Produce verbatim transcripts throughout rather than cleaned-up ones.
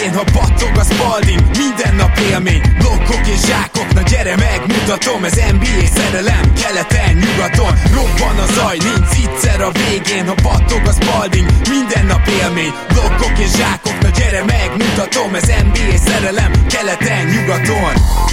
végén, ha battog a Spalding, minden nap élmény, blokkok és zsákok, na gyere megmutatom, ez en bé á szerelem, keleten, nyugaton, robban a zaj, nincs egyszer a végén, ha battog a Spalding, minden nap élmény, blokkok és zsákok, na gyere megmutatom, ez en bé á szerelem, keleten, nyugaton.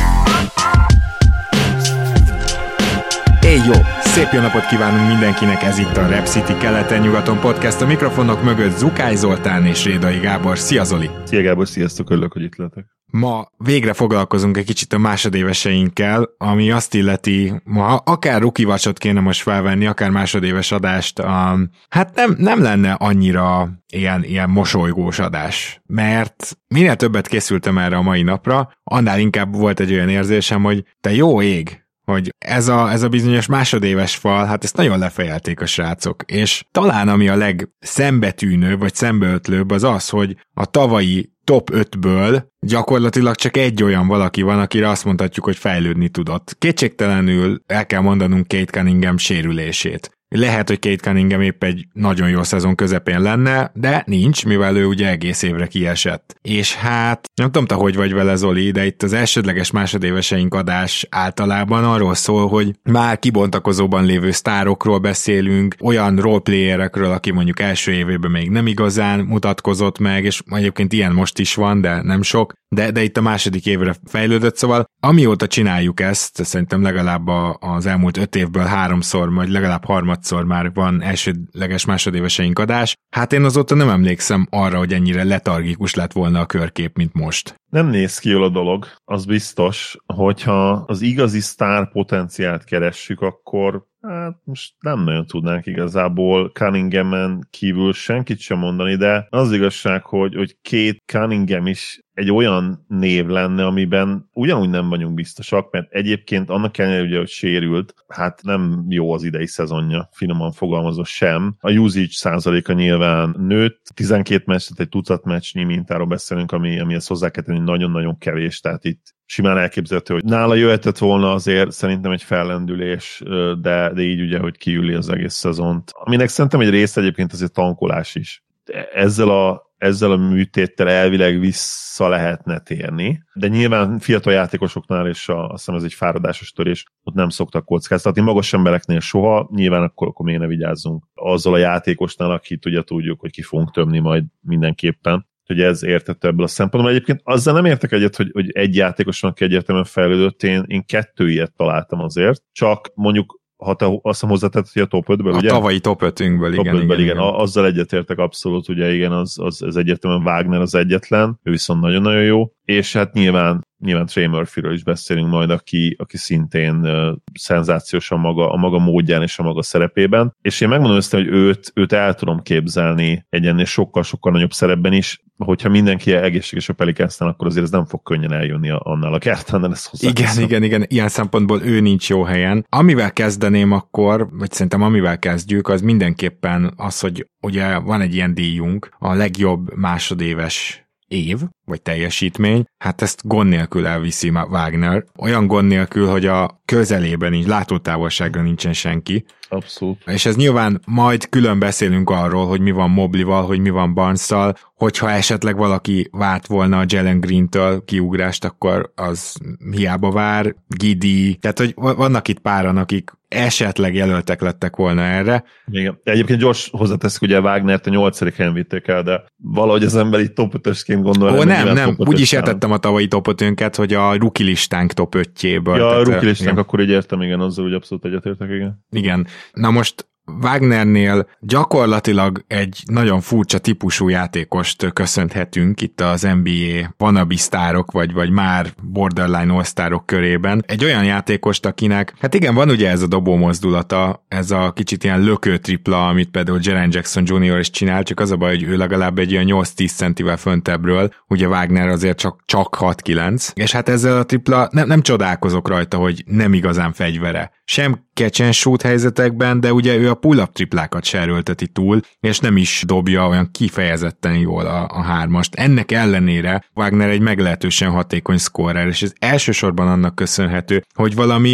Éj jó! Szép jó napot kívánunk mindenkinek, ez itt a Rap City keleten-nyugaton podcast, a mikrofonok mögött Zukály Zoltán és Rédai Gábor. Szia Zoli! Szia Gábor, sziasztok, örülök, hogy itt lehetek. Ma végre foglalkozunk egy kicsit a másodéveseinkkel, ami azt illeti, ma akár rookie watchot kéne most felvenni, akár másodéves adást, um, hát nem, nem lenne annyira ilyen, ilyen mosolygós adás, mert minél többet készültem erre a mai napra, annál inkább volt egy olyan érzésem, hogy te jó ég, hogy ez a, ez a bizonyos másodéves fal, hát ezt nagyon lefejelték a srácok, és talán ami a legszembetűnőbb, vagy szembeötlőbb az az, hogy a tavalyi top ötből gyakorlatilag csak egy olyan valaki van, akire azt mondhatjuk, hogy fejlődni tudott. Kétségtelenül el kell mondanunk Cade Cunningham sérülését. Lehet, hogy Cade Cunningham épp egy nagyon jó szezon közepén lenne, de nincs, mivel ő ugye egész évre kiesett. És hát, nem tudom, te hogy vagy vele, Zoli, de itt az elsődleges másodéveseink adás általában arról szól, hogy már kibontakozóban lévő sztárokról beszélünk, olyan roleplayerekről, aki mondjuk első évében még nem igazán mutatkozott meg, és egyébként ilyen most is van, de nem sok, de, de itt a második évre fejlődött, szóval amióta csináljuk ezt, szerintem legalább a, az elmúlt öt évből háromszor, vagy legalább harmadszor már van elsődleges másodéveseink adás, hát én azóta nem emlékszem arra, hogy ennyire letargikus lett volna a körkép, mint most. Nem néz ki jól a dolog, az biztos, hogyha az igazi sztár potenciált keressük, akkor hát most nem nagyon tudnánk igazából Cunninghamen kívül senkit sem mondani, de az igazság, hogy, hogy Cade Cunningham is egy olyan név lenne, amiben ugyanúgy nem vagyunk biztosak, mert egyébként annak ellenére, ugye, hogy sérült, hát nem jó az idei szezonja, finoman fogalmazva sem. A usage százaléka nyilván nőtt, tizenkét meccs, tehát egy tucat meccsnyi mintáról beszélünk, ami, ami ezt hozzá kell tenni, nagyon-nagyon kevés, tehát itt simán elképzelhető, hogy nála jöhetett volna azért szerintem egy fellendülés, de, de így ugye, hogy kiüli az egész szezont. Aminek szerintem egy része egyébként azért tankolás is. Ezzel a ezzel a műtéttel elvileg vissza lehetne térni, de nyilván fiatal játékosoknál, és a, azt hiszem ez egy fáradásos törés, ott nem szoktak kockáztatni, magas embereknél soha, nyilván akkor, akkor miért ne vigyázzunk azzal a játékosnál, akit ugye tudjuk, hogy ki fogunk tömni majd mindenképpen, hogy ez érthető ebből a szempontból. Egyébként azzal nem értek egyet, hogy, hogy egy játékosnak egyértelműen fejlődött, én, én kettő ilyet találtam azért, csak mondjuk ha te azt hiszem hozzátett, hogy a top ötből, a ugye? A tavalyi top ötünkből, top igen, ötből, igen, igen. igen. Azzal egyetértek abszolút, ugye igen, az, az, az egyértelműen Wagner az egyetlen, ő viszont nagyon-nagyon jó, és hát nyilván Nyilván Trey Murphyről is beszélünk majd, aki, aki szintén uh, szenzációs a maga, a maga módján és a maga szerepében. És én megmondom ezt, hogy őt, őt el tudom képzelni egy ennél sokkal-sokkal nagyobb szerepben is, hogyha mindenki egészséges a Pelicansnál, akkor azért ez nem fog könnyen eljönni annál a kertánál. Igen, igen, igen, ilyen szempontból ő nincs jó helyen. Amivel kezdeném akkor, vagy szerintem amivel kezdjük, az mindenképpen az, hogy ugye van egy ilyen díjunk, a legjobb másodéves év, vagy teljesítmény, hát ezt gond nélkül elviszi Wagner. Olyan gond nélkül, hogy a közelében így látótávolságra nincsen senki. Abszolút. És ez nyilván majd külön beszélünk arról, hogy mi van Mobley-val, hogy mi van Barnes-szal, hogyha esetleg valaki várt volna a Jalen Green-től kiugrást, akkor az hiába vár, Giddy, tehát hogy vannak itt páran, akik esetleg jelöltek lettek volna erre. Igen. Egyébként gyors hozzáteszek, ugye Wagnert a nyolcadik helyen vitték el, de valahogy az ember itt top ötösként gondol. Ó, nem, nem, úgy is értettem a tavalyi top ötünket, hogy a rookie listánk top ötjéből. Ja, a rookie listánk, igen. Akkor így értem, igen, azzal úgy abszolút egyetértek, igen. Igen. Na most Wagnernél gyakorlatilag egy nagyon furcsa típusú játékost köszönhetünk itt az en bé á wannabe sztárok, vagy, vagy már borderline all-sztárok körében. Egy olyan játékost, akinek, hát igen, van ugye ez a dobó mozdulata, ez a kicsit ilyen lökő tripla, amit például Jaren Jackson junior is csinál, csak az a baj, hogy ő legalább egy ilyen nyolc-tíz centivel föntebbről, ugye Wagner azért csak, csak hat-kilenc, és hát ezzel a tripla nem, nem csodálkozok rajta, hogy nem igazán fegyvere. Sem catch and shoot helyzetekben, de ugye ő a pull-up triplákat se erőlteti túl, és nem is dobja olyan kifejezetten jól a, a hármast. Ennek ellenére Wagner egy meglehetősen hatékony scorer, és ez elsősorban annak köszönhető, hogy valami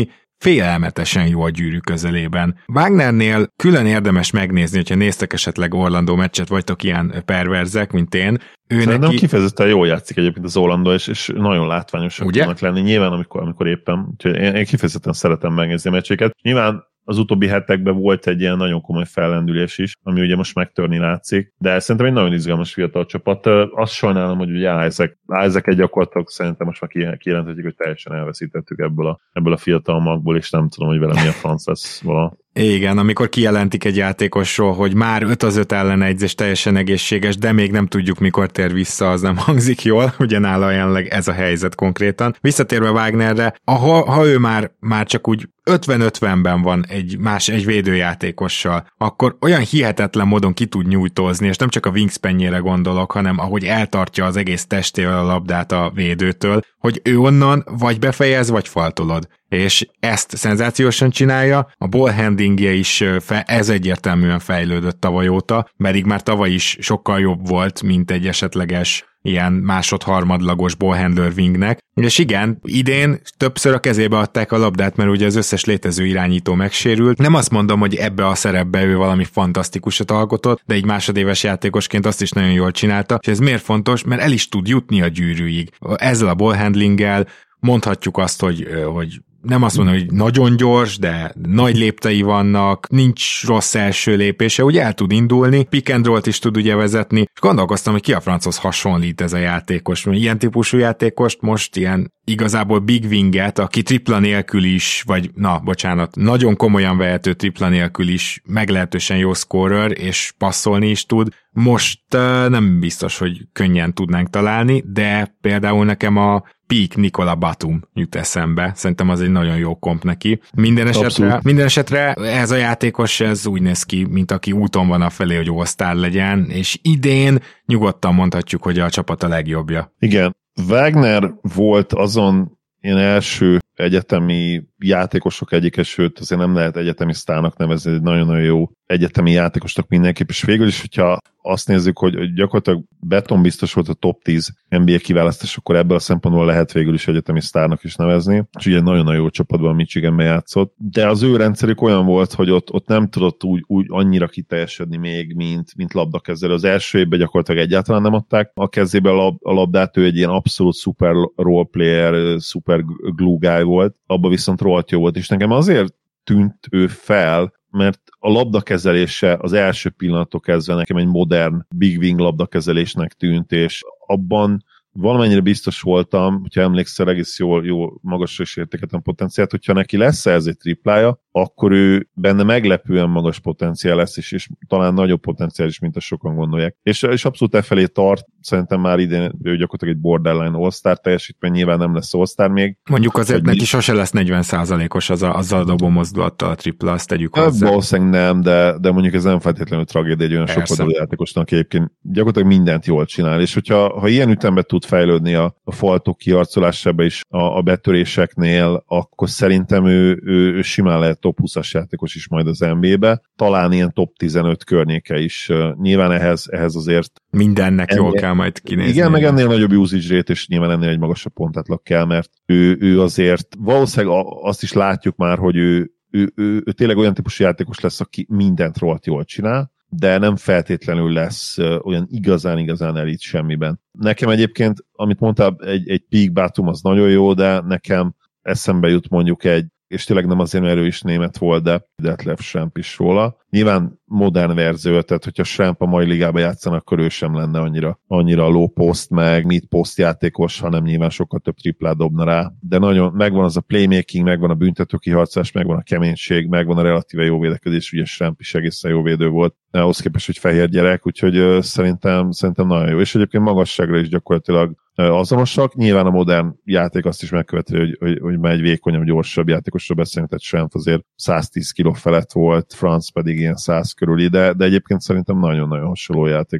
félelmetesen jó a gyűrű közelében. Wagnernél külön érdemes megnézni, hogyha néztek esetleg Orlandó meccset, vagytok ilyen perverzek, mint én. Ő Szerintem neki... kifejezetten jól játszik egyébként az Orlandó, és, és nagyon látványosak tudnak lenni. Nyilván, amikor, amikor éppen, úgyhogy én, én kifejezetten szeretem megnézni a meccséket. Nyilván az utóbbi hetekben volt egy ilyen nagyon komoly fellendülés is, ami ugye most megtörni látszik, de szerintem egy nagyon izgalmas fiatal csapat. Azt sajnálom, hogy ugye Isaac, Isaac-et gyakorlatilag szerintem most már kijelenthetjük, hogy teljesen elveszítettük ebből a, ebből a fiatal magból, és nem tudom, hogy vele mi a franc lesz vala. Igen, amikor kijelentik egy játékosról, hogy már öt az öt ellenegyzés teljesen egészséges, de még nem tudjuk, mikor tér vissza, az nem hangzik jól, ugye nála jelenleg ez a helyzet konkrétan. Visszatérve Wagnerre, ha, ha ő már, már csak úgy ötven-ötvenben van egy más, egy védőjátékossal, akkor olyan hihetetlen módon ki tud nyújtózni, és nem csak a wingspanjére gondolok, hanem ahogy eltartja az egész testével a labdát a védőtől, hogy ő onnan vagy befejez, vagy faltolod. És ezt szenzációsan csinálja, a ballhandlingje is fe, ez egyértelműen fejlődött tavaly óta, pedig már tavaly is sokkal jobb volt, mint egy esetleges ilyen másod-harmadlagos ballhandler wingnek. És igen, idén többször a kezébe adták a labdát, mert ugye az összes létező irányító megsérült. Nem azt mondom, hogy ebbe a szerepbe ő valami fantasztikusat alkotott, de egy másodéves játékosként azt is nagyon jól csinálta, és ez miért fontos? Mert el is tud jutni a gyűrűig. Ezzel a ballhandlinggel mondhatjuk azt, hogy, hogy nem azt mondom, hogy nagyon gyors, de nagy léptei vannak, nincs rossz első lépése, ugye el tud indulni, pick and roll-t is tud ugye vezetni, és gondolkoztam, hogy ki a franchoz hasonlít ez a játékos, mert ilyen típusú játékost most ilyen igazából big winget, aki tripla nélkül is, vagy na, bocsánat, nagyon komolyan vehető tripla nélkül is meglehetősen jó scorer, és passzolni is tud. Most uh, nem biztos, hogy könnyen tudnánk találni, de például nekem a Peak Nicola Batum jut eszembe. Szerintem az egy nagyon jó komp neki. Minden esetre, minden esetre ez a játékos ez úgy néz ki, mint aki úton van afelé, hogy all-star legyen, és idén nyugodtan mondhatjuk, hogy a csapat a legjobbja. Igen. Wagner volt azon ilyen első egyetemi játékosok egyike, sőt azért nem lehet egyetemi sztárnak nevezni, egy nagyon-nagyon jó egyetemi játékosnak mindenképp, és végül is, hogyha azt nézzük, hogy gyakorlatilag Beton biztos volt a top tíz en bé á kiválasztás, akkor ebből a szempontból lehet végül is egyetemi sztárnak is nevezni, és ugye nagyon-nagyon jó csapatban Michiganben játszott, de az ő rendszerük olyan volt, hogy ott, ott nem tudott úgy, úgy annyira kiteljesedni még, mint, mint labdakezelő. Az első évben gyakorlatilag egyáltalán nem adták a kezébe a, lab, a labdát, ő egy ilyen abszolút szuper roleplayer, szuper glue guy volt, abban viszont rohadt jó volt, és nekem azért tűnt ő fel, mert a labdakezelése az első pillanattól kezdve nekem egy modern big wing labdakezelésnek tűnt, és abban valamennyire biztos voltam, hogyha emlékszel, egész jól, jól magasra is értékeltem potenciált, hogyha neki lesz ez egy triplája, akkor ő benne meglepően magas potenciál lesz, és, és talán nagyobb potenciál is, mint a sokan gondolják. És, és abszolút e felé tart, szerintem már idén ő gyakorlatilag egy borderline all-star teljesítmény, nyilván nem lesz all-star még. Mondjuk azért neki sose lesz negyven százalékos az a, azzal a dobó mozdulattal a tripla, azt tegyük hozzá. Valószínűleg nem, de, de mondjuk ez nem feltétlenül tragédia egy olyan sokkal játékosnak egyébként gyakorlatilag mindent jól csinál, és hogyha ha ilyen ütemben tud fejlődni a, a faltok kiharcolásába is a, a betöréseknél, akkor szerintem ő, ő, ő simán lehet top húszas játékos is majd az en bé á-be, talán ilyen top tizenöt környéke is. Nyilván ehhez, ehhez azért mindennek ennél, jól kell majd kinézni. Igen, meg ennél nagyobb usage rate, és nyilván ennél egy magasabb pontátlag kell, mert ő, ő azért valószínűleg azt is látjuk már, hogy ő, ő, ő, ő tényleg olyan típusú játékos lesz, aki mindent rohadt jól csinál, de nem feltétlenül lesz olyan igazán-igazán elit semmiben. Nekem egyébként, amit mondtál, egy, egy Peak Batum az nagyon jó, de nekem eszembe jut mondjuk egy, és tényleg nem azért, mert ő is német volt, de Detlef Schrempf is róla. Nyilván modern verzió, tehát hogyha Schrempf a mai ligában játszanak, akkor ő sem lenne annyira, annyira low post, meg mid post játékos, hanem nyilván sokkal több triplát dobna rá. De nagyon megvan az a playmaking, megvan a büntető kiharcás, megvan a keménység, megvan a relatíve jó védekezés, ugye Schrempf is egészen jó védő volt, ahhoz képest, hogy fehér gyerek, úgyhogy uh, szerintem, szerintem nagyon jó. És egyébként magasságra is gyakorlatilag azonosak. Nyilván a modern játék azt is megköveti, hogy, hogy, hogy már egy vékonyabb, gyorsabb játékosról beszélünk, tehát Schrempf azért száztíz kiló felett volt, Franz pedig ilyen száz körüli, de, de egyébként szerintem nagyon-nagyon hasonló játékuk.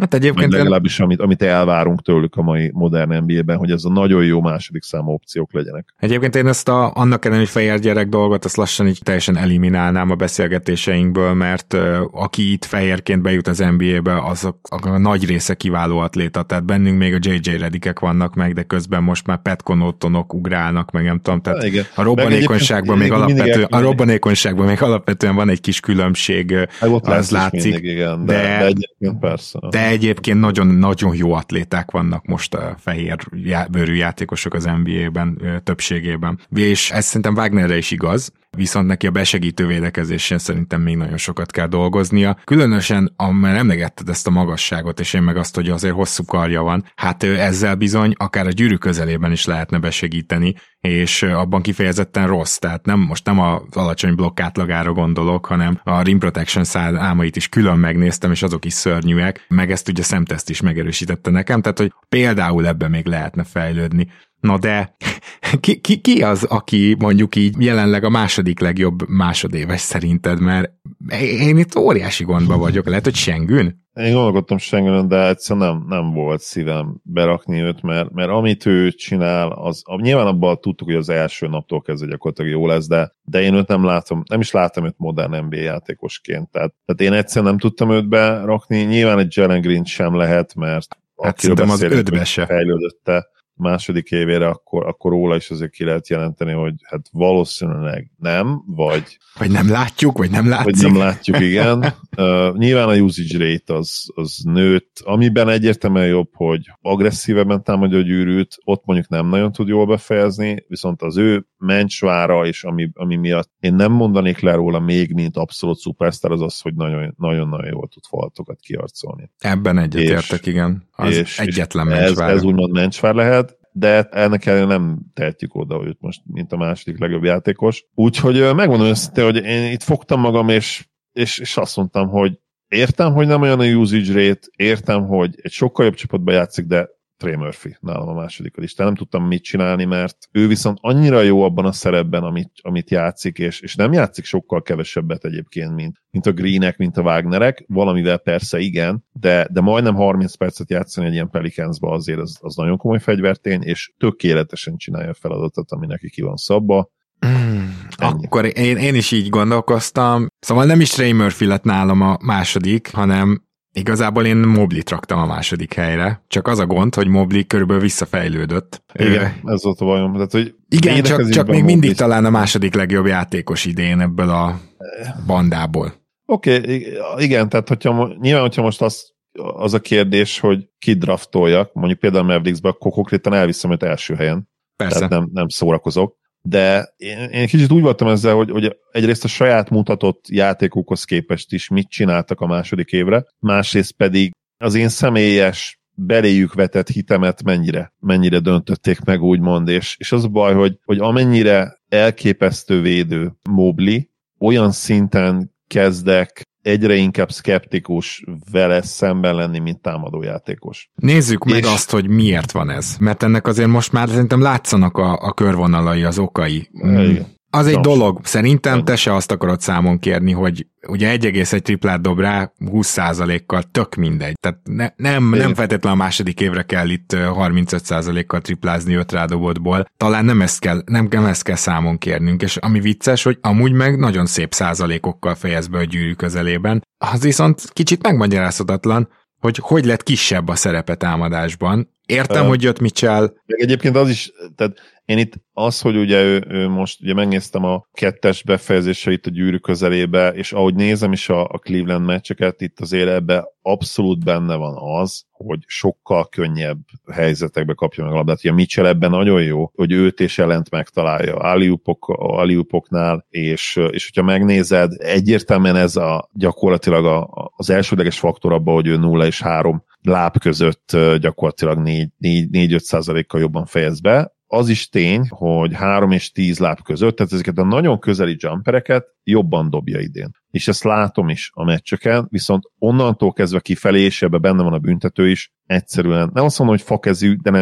Hát egyébként legalábbis amit, amit elvárunk tőlük a mai modern en bé á-ben, hogy ez a nagyon jó második számú opciók legyenek. Egyébként én ezt a, annak ellen, hogy fehér gyerek dolgot, azt lassan így teljesen eliminálnám a beszélgetéseinkből, mert uh, aki itt fehérként bejut az en bé á-be, azok a nagy része kiváló atléta, tehát bennünk még a jé jé Redikek vannak meg, de közben most már Pat Connaughtonok ugrálnak, meg nem tudom, tehát ja, a robbanékonyságban még alapvetően, a robbanékonyságban még alapvetően van egy kis különbség, az látszik. Mindig, igen, de, de, de egyébként persze. De egyébként nagyon-nagyon jó atléták vannak most a fehér bőrű játékosok az en bé á-ben többségében. És ez szerintem Wagnerre is igaz, viszont neki a besegítő védekezésén szerintem még nagyon sokat kell dolgoznia. Különösen, amely emlegetted ezt a magasságot, és én meg azt, hogy azért hosszú karja van, hát ezzel bizony akár a gyűrű közelében is lehetne besegíteni, és abban kifejezetten rossz, tehát nem, most nem az alacsony blokk átlagára gondolok, hanem a rim protection számait is külön megnéztem, és azok is szörnyűek, meg ezt ugye szemteszt is megerősítette nekem, tehát hogy például ebben még lehetne fejlődni. Na de ki, ki, ki az, aki mondjuk így jelenleg a második legjobb másodéves szerinted, mert én itt óriási gondba vagyok, lehet, hogy Sengun? Én gondolkodtam Sengunon, de egyszerűen nem, nem volt szívem berakni őt, mert, mert amit ő csinál, az nyilván abban tudtuk, hogy az első naptól kezdve gyakorlatilag jó lesz, de, de én őt nem látom, nem is látom őt modern en bé á játékosként, tehát, tehát én egyszerűen nem tudtam őt berakni, nyilván egy Jalen Green sem lehet, mert hát szerintem az ötbe se fejlődötte második évére, akkor, akkor róla is azért ki lehet jelenteni, hogy hát valószínűleg nem, vagy... Vagy nem látjuk, vagy nem látszik. Vagy nem látjuk, igen. Uh, nyilván a usage rate az, az nőtt, amiben egyértelműen jobb, hogy agresszívebben támadja a gyűrűt, ott mondjuk nem nagyon tud jól befejezni, viszont az ő mencsvára, és ami, ami miatt én nem mondanék le róla még, mint abszolút szupersztár, az az, hogy nagyon-nagyon jól tud faltokat kiarcolni. Ebben egyetértek, igen. Az és, egyetlen és mencsvár. Ez, ez úgymond mencsvár lehet, de ennek ellenére nem tehetjük oda őt most, mint a második legjobb játékos. Úgyhogy megmondom őszintén, hogy én itt fogtam magam, és, és, és azt mondtam, hogy értem, hogy nem olyan a usage rate, értem, hogy egy sokkal jobb csapatban játszik, de Trey Murphy nálam a második listán. Nem tudtam mit csinálni, mert ő viszont annyira jó abban a szerepben, amit, amit játszik, és, és nem játszik sokkal kevesebbet egyébként, mint, mint a Greenek, mint a Wagnerek. Valamivel persze igen, de, de majdnem harminc percet játszani egy ilyen Pelicansba azért az, az nagyon komoly fegyvertény, és tökéletesen csinálja a feladatot, ami neki ki van szabva. Mm, akkor én, én is így gondolkoztam. Szóval nem is Trey Murphy lett nálam a második, hanem igazából én Mobley-t raktam a második helyre, csak az a gond, hogy Mobley körülbelül visszafejlődött. Igen, ő... ez volt a bajom. Tehát, hogy igen, csak, csak még mindig Mobley... talán a második legjobb játékos idén ebből a bandából. Oké, okay, igen, tehát hogyha, nyilván, hogyha most az, az a kérdés, hogy ki draftoljak, mondjuk például Mavericksbe, akkor konkrétan elviszem őt első helyen. Persze. Tehát nem, nem szórakozok. De én, én kicsit úgy voltam ezzel, hogy, hogy egyrészt a saját mutatott játékukhoz képest is mit csináltak a második évre, másrészt pedig az én személyes beléjük vetett hitemet mennyire, mennyire döntötték meg, úgymond, és, és az a baj, hogy, hogy amennyire elképesztő védő Mobley, olyan szinten kezdek egyre inkább szkeptikus vele szemben lenni, mint támadójátékos. Nézzük és... meg azt, hogy miért van ez. Mert ennek azért most már szerintem látszanak a, a körvonalai, az okai. Mm. Az egy dolog. Szerintem te se azt akarod számon kérni, hogy ugye egy egész egy triplát dob rá, húsz százalékkal tök mindegy. Tehát ne, nem, nem feltétlenül a második évre kell itt harmincöt százalékkal triplázni öt rádobottból. Talán nem ezt kell, nem, nem ezt kell számon kérnünk, és ami vicces, hogy amúgy meg nagyon szép százalékokkal fejez be a gyűrű közelében. Az viszont kicsit megmagyarázhatatlan, hogy hogy lett kisebb a szerepe támadásban. Értem, uh, hogy jött Mitchell. Egyébként az is, tehát én itt az, hogy ugye ő, ő most, ugye megnéztem a kettes befejezéseit a gyűrű közelébe, és ahogy nézem is a, a Cleveland meccseket, itt azért ebbe abszolút benne van az, hogy sokkal könnyebb helyzetekbe kapja meg a labdát. Ugye Mitchell ebben nagyon jó, hogy őt és ellent megtalálja alley-oopoknál, és, és hogyha megnézed, egyértelműen ez a gyakorlatilag a, az elsődleges faktor abban, hogy ő nulla és három láb között gyakorlatilag négy-öt százalékkal jobban fejez be. Az is tény, hogy három és tíz láb között, tehát ezeket a nagyon közeli jumpereket jobban dobja idén. És ezt látom is a meccseken, viszont onnantól kezdve kifelé, és ebben benne van a büntető is, egyszerűen nem azt mondom, hogy fakezű, de nem jó.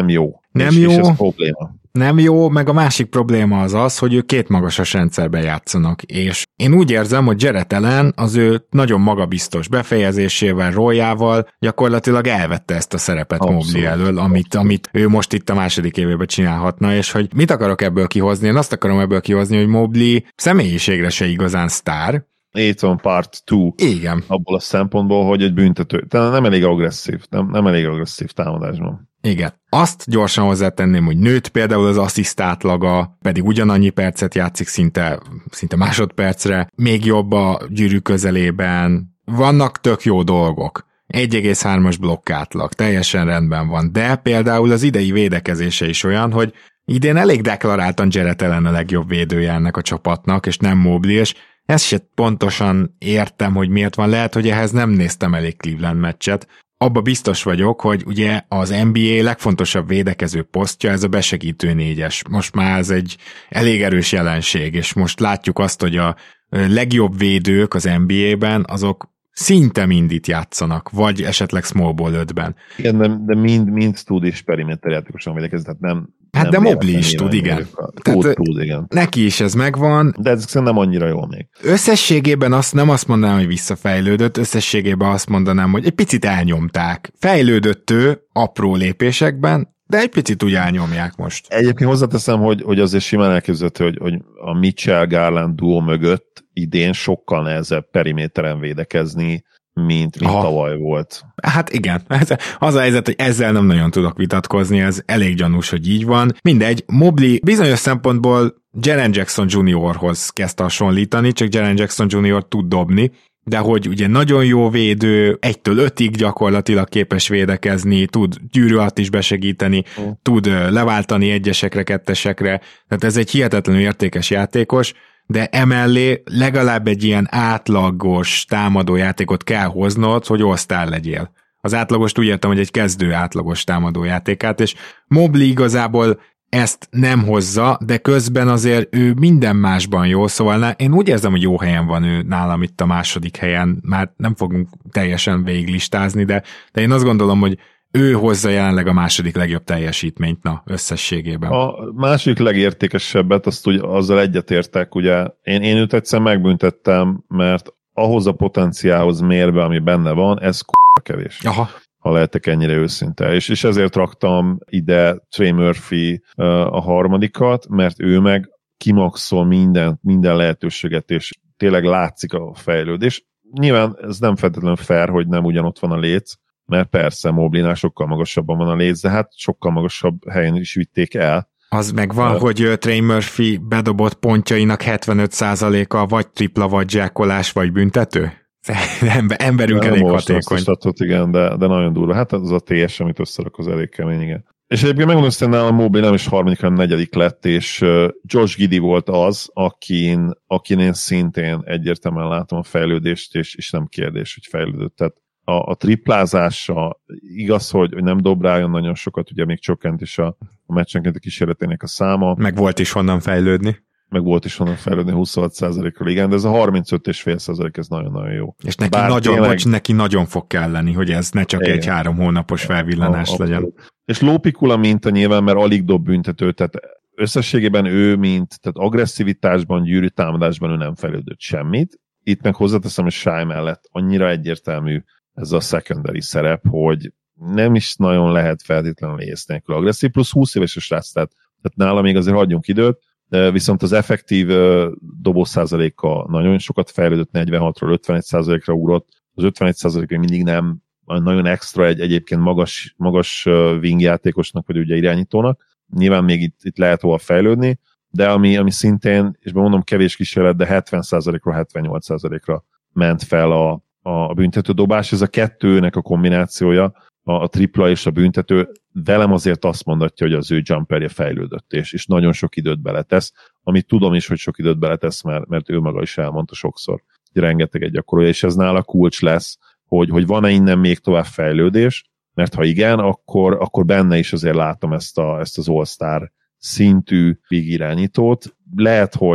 Nem és, jó. És ez probléma. Nem jó, meg a másik probléma az az, hogy ők két magasas rendszerben játszanak, és én úgy érzem, hogy Jarrett Allen az ő nagyon magabiztos befejezésével, rójával gyakorlatilag elvette ezt a szerepet Mobley elől, amit, amit ő most itt a második évében csinálhatna, és hogy mit akarok ebből kihozni? Én azt akarom ebből kihozni, hogy Mobley személyiségre se igazán sztár. Aiton part kettő. Igen. Abból a szempontból, hogy egy büntető, tehát nem elég agresszív, nem, nem elég agresszív támadásban. Igen. Azt gyorsan hozzátenném, hogy nőtt például az assziszt átlaga, pedig ugyanannyi percet játszik szinte, szinte másodpercre, még jobb a gyűrű közelében, vannak tök jó dolgok. egy egész hármas blokk átlag, teljesen rendben van, de például az idei védekezése is olyan, hogy idén elég deklaráltan Jarrett Allen a legjobb védője ennek a csapatnak, és nem Mobley, és ezt se pontosan értem, hogy miért van, lehet, hogy ehhez nem néztem elég Cleveland meccset. Abba biztos vagyok, hogy ugye az en bé á legfontosabb védekező posztja ez a besegítő négyes. Most már ez egy elég erős jelenség, és most látjuk azt, hogy a legjobb védők az en bé á-ben azok szinte mind itt játszanak, vagy esetleg small ball ötben. Igen, de, de mind, mind tud és periméter játékosan védekezni, tehát nem... Hát nem de Mobley is tud, igen. Tud, Tehát, tud, igen. Neki is ez megvan. De ez nem annyira jól még. Összességében azt nem azt mondanám, hogy visszafejlődött, összességében azt mondanám, hogy egy picit elnyomták. Fejlődött ő apró lépésekben, de egy picit úgy elnyomják most. Egyébként hozzáteszem, hogy, hogy azért simán elképzelhető, hogy, hogy a Mitchell-Garland duó mögött idén sokkal nehezebb periméteren védekezni, mint, mint tavaly volt. Hát igen, az a helyzet, hogy ezzel nem nagyon tudok vitatkozni, ez elég gyanús, hogy így van. Mindegy, Mobley bizonyos szempontból Jaren Jackson juniorhoz kezd hasonlítani, csak Jaren Jackson junior tud dobni, de hogy ugye nagyon jó védő, egytől ötig gyakorlatilag képes védekezni, tud gyűrű alatt is besegíteni, mm. tud leváltani egyesekre, kettesekre, tehát ez egy hihetetlenül értékes játékos, de emellé legalább egy ilyen átlagos támadójátékot kell hoznod, hogy all-star legyél. Az átlagost úgy értem, hogy egy kezdő átlagos támadójátékát, és Mobley igazából ezt nem hozza, de közben azért ő minden másban jó, szóval én úgy érzem, hogy jó helyen van ő nálam itt a második helyen, már nem fogunk teljesen végiglistázni, de, de én azt gondolom, hogy ő hozza jelenleg a második legjobb teljesítményt, na, összességében. A második legértékesebbet, azt úgy, azzal egyetértek, ugye én, én őt egyszer megbüntettem, mert ahhoz a potenciálhoz mérve, ami benne van, ez k***a kevés. Aha. Ha lehetek ennyire őszinte. És, és ezért raktam ide Trey Murphy uh, a harmadikat, mert ő meg kimaxol minden, minden lehetőséget, és tényleg látszik a fejlődés. Nyilván ez nem feltétlenül fair, hogy nem ugyanott van a léc, mert persze Mobley-nál sokkal magasabban van a léc, de hát sokkal magasabb helyen is vitték el. Az meg van, uh, hogy Trey Murphy bedobott pontjainak hetvenöt százaléka vagy tripla, vagy jackolás, vagy büntető? Emberünk elég hatékony. Most igen, de, de nagyon durva. Hát az a té es, amit összerak, az elég kemény, igen. És egyébként megmondom, hogy nálam Mobley nem is harmadik, hanem negyedik lett, és Josh Giddey volt az, akin, akin én szintén egyértelműen látom a fejlődést, és, és nem kérdés, hogy fejlődött. Tehát a, a triplázása igaz, hogy, hogy nem dob rá nagyon sokat, ugye még csökkent is a, a meccsenként a kísérletének a száma. Meg volt is honnan fejlődni. meg volt is honnan fejlődni huszonhat százalékra, igen, de ez a harmincöt egész öt százalék, ez nagyon-nagyon jó. És neki nagyon, tényleg... vagy neki nagyon fog kelleni, hogy ez ne csak igen. egy három hónapos felvillanás a, legyen. És Lópikula minta nyilván, mert alig dob büntetőt, tehát összességében ő, mint tehát agresszivitásban, gyűrű támadásban ő nem fejlődött semmit. Itt meg hozzáteszem, hogy Shai mellett annyira egyértelmű ez a secondary szerep, hogy nem is nagyon lehet feltétlenül ész nélkül agresszív, plusz húsz éves a srác, tehát, tehát nála még azért hagyjunk időt, viszont az effektív dobó százaléka nagyon sokat fejlődött, negyvenhatról ötvenegy százalékra ugrott, az ötvenegy százalék még mindig nem nagyon extra egy egyébként magas, magas wing játékosnak, vagy ugye irányítónak, nyilván még itt, itt lehet hova fejlődni, de ami, ami szintén, és bemondom kevés kísérlet, de hetven százalékról hetvennyolc százalékra ment fel a, a büntetődobás, ez a kettőnek a kombinációja, a, a tripla és a büntető, velem azért azt mondatja, hogy az ő jumperje fejlődött, és, és nagyon sok időt beletesz, amit tudom is, hogy sok időt beletesz, mert, mert ő maga is elmondta sokszor, hogy rengeteget gyakorolja, és ez nála kulcs lesz, hogy, hogy van-e innen még tovább fejlődés, mert ha igen, akkor, akkor benne is azért látom ezt, a, ezt az all-star szintű big irányítót. Lehet, hogy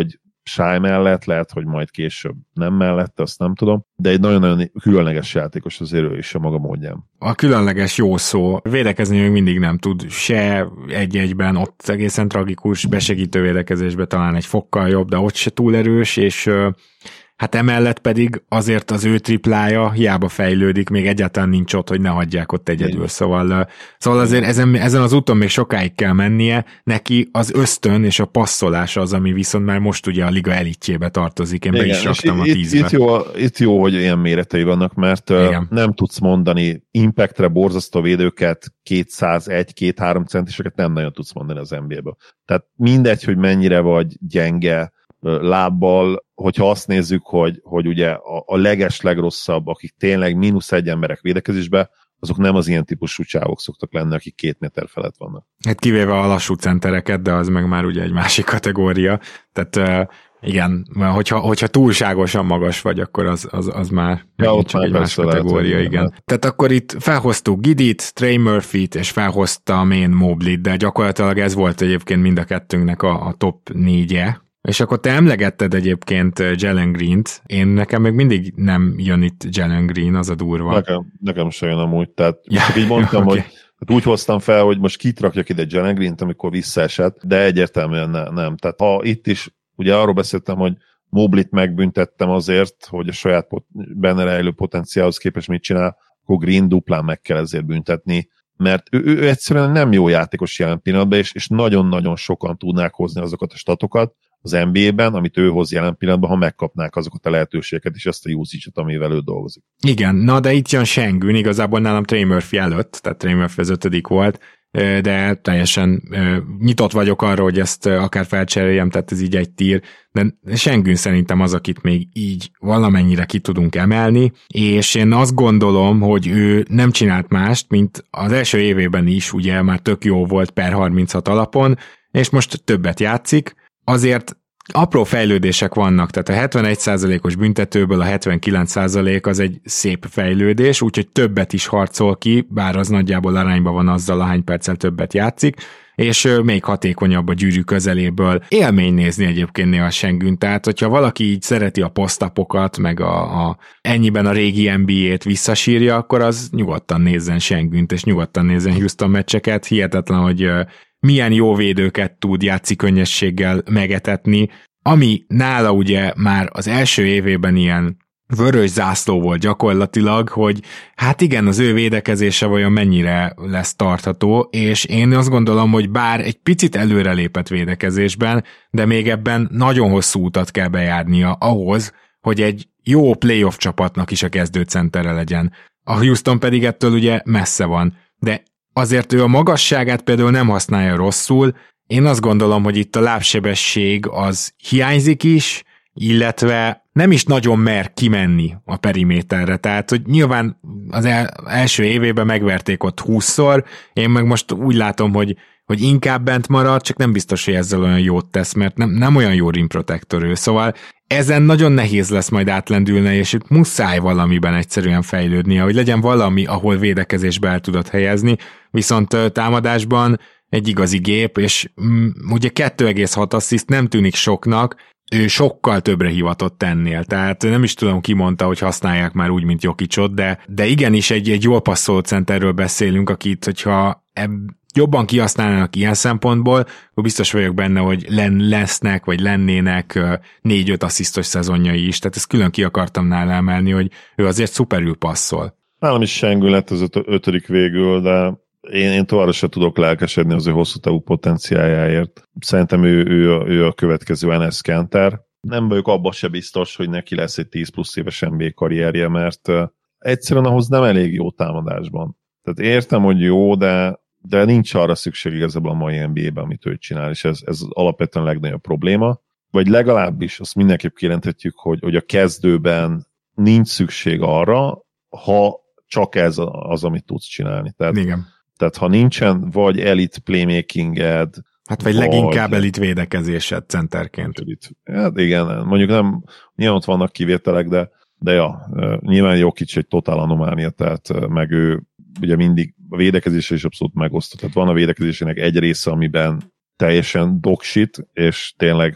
Shy mellett, lehet, hogy majd később nem mellett, azt nem tudom, de egy nagyon-nagyon különleges játékos azért ő is a maga módján. A különleges jó szó. Védekezni még mindig nem tud, se egy-egyben, ott egészen tragikus, besegítő védekezésbe talán egy fokkal jobb, de ott se túl erős, és hát emellett pedig azért az ő triplája hiába fejlődik, még egyáltalán nincs ott, hogy ne hagyják ott egyedül. Szóval, szóval azért ezen, ezen az úton még sokáig kell mennie, neki az ösztön és a passzolás az, ami viszont már most ugye a liga elitjébe tartozik. Én igen, be is raktam a itt, tízbe. Itt jó, itt jó, hogy ilyen méretei vannak, mert igen. Nem tudsz mondani impactre borzasztó védőket, kétszázegy két-három centiseket nem nagyon tudsz mondani az en bé á-ből. Tehát mindegy, hogy mennyire vagy gyenge lábbal, hogyha azt nézzük, hogy, hogy ugye a, a leges legrosszabb, akik tényleg mínusz egy emberek védekezésbe, azok nem az ilyen típusú csávok szoktak lenni, akik két méter felett vannak. Hát kivéve a lassú centereket, de az meg már ugye egy másik kategória. Tehát uh, igen, hogyha, hogyha túlságosan magas vagy, akkor az, az, az már ja, csak egy más kategória, lehet, igen. Lehet. Tehát akkor itt felhoztuk Gidit, Trey Murphyt, és felhozta Main Mobley-t, de gyakorlatilag ez volt egyébként mind a kettőnknek a, a top négye. És akkor te emlegetted egyébként Jalen Greent, én nekem még mindig nem jön itt Jalen Green, az a durva. Nekem, nekem se jön amúgy, tehát ja, csak így mondtam, okay. hogy úgy hoztam fel, hogy most kit rakjak ide Jalen Greent, amikor visszaesett, de egyértelműen ne, nem. Tehát ha itt is, ugye arról beszéltem, hogy Mobley-t megbüntettem azért, hogy a saját pot- benne rejlő potenciálhoz képest mit csinál, akkor Green duplán meg kell ezért büntetni, mert ő, ő egyszerűen nem jó játékos jelen pillanatban, és, és nagyon-nagyon sokan tudnák hozni azokat a statokat az en bé á-ben, amit ő hoz jelen pillanatban, ha megkapnák azokat a lehetőségeket, és ezt a usage-et, amivel ő dolgozik. Igen, na de itt jön Sengun, igazából nálam Trey Murphy előtt, tehát Trey Murphy az ötödik volt, de teljesen nyitott vagyok arra, hogy ezt akár felcseréljem, tehát ez így egy tír, de Sengun szerintem az, akit még így valamennyire ki tudunk emelni, és én azt gondolom, hogy ő nem csinált mást, mint az első évében is, ugye már tök jó volt per harminchat alapon, és most többet játszik, azért apró fejlődések vannak, tehát a hetvenegy százalékos büntetőből a hetvenkilenc százalék az egy szép fejlődés, úgyhogy többet is harcol ki, bár az nagyjából arányban van azzal, ahány perccel többet játszik, és még hatékonyabb a gyűrű közeléből. Élmény nézni egyébként néha Sengun, tehát hogyha valaki így szereti a posztapokat, meg a, a ennyiben a régi en bé á-t visszasírja, akkor az nyugodtan nézzen Sengunt, és nyugodtan nézzen Houston meccseket. Hihetetlen, hogy milyen jó védőket tud játszik könnyességgel megetetni, ami nála ugye már az első évében ilyen vörös zászló volt gyakorlatilag, hogy hát igen, az ő védekezése vajon mennyire lesz tartható, és én azt gondolom, hogy bár egy picit előrelépett védekezésben, de még ebben nagyon hosszú utat kell bejárnia ahhoz, hogy egy jó playoff csapatnak is a kezdőcentere legyen. A Houston pedig ettől ugye messze van, de azért ő a magasságát például nem használja rosszul, én azt gondolom, hogy itt a lábsebesség az hiányzik is, illetve nem is nagyon mer kimenni a periméterre, tehát hogy nyilván az el, első évében megverték ott húszszor, én meg most úgy látom, hogy, hogy inkább bent marad, csak nem biztos, hogy ezzel olyan jót tesz, mert nem, nem olyan jó rim protector ő, szóval ezen nagyon nehéz lesz majd átlendülni, és itt muszáj valamiben egyszerűen fejlődnie, hogy legyen valami, ahol védekezésbe el tudod helyezni, viszont támadásban egy igazi gép, és mm, ugye kettő egész hat assziszt nem tűnik soknak, ő sokkal többre hivatott ennél, tehát nem is tudom, ki mondta, hogy használják már úgy, mint Jokicot, de, de igenis egy, egy jól passzoló centerről beszélünk, akit, hogyha ebb, jobban kihasználnak ilyen szempontból, akkor biztos vagyok benne, hogy len, lesznek, vagy lennének négy-öt asszisztos szezonjai is, tehát ezt külön ki akartam nála emelni, hogy ő azért szuperül passzol. Nálam is Sengun lett az öt- ötödik végül, de én, én továbbra sem tudok lelkesedni az ő hosszú távú potenciáljáért. Szerintem ő, ő, a, ő a következő en es Kanter. Nem vagyok abban se biztos, hogy neki lesz egy tíz plusz éves en bé á karrierje, mert uh, egyszerűen ahhoz nem elég jó támadásban. Tehát értem, hogy jó, de, de nincs arra szükség igazából a mai en bé á-ben, amit ő csinál, és ez, ez alapvetően a legnagyobb probléma. Vagy legalábbis azt mindenképp kijelenthetjük, hogy, hogy a kezdőben nincs szükség arra, ha csak ez az, amit tudsz csinálni. Tehát, igen. Tehát ha nincsen vagy elit playmakinged, hát vagy, vagy leginkább elit védekezésed centerként. Elit. Hát igen, mondjuk nem, nyilván ott vannak kivételek, de, de ja, nyilván Jokic egy totál anomália, tehát meg ő ugye mindig a védekezésre is abszolút megosztott. Tehát van a védekezésének egy része, amiben teljesen dogshit, és tényleg ha,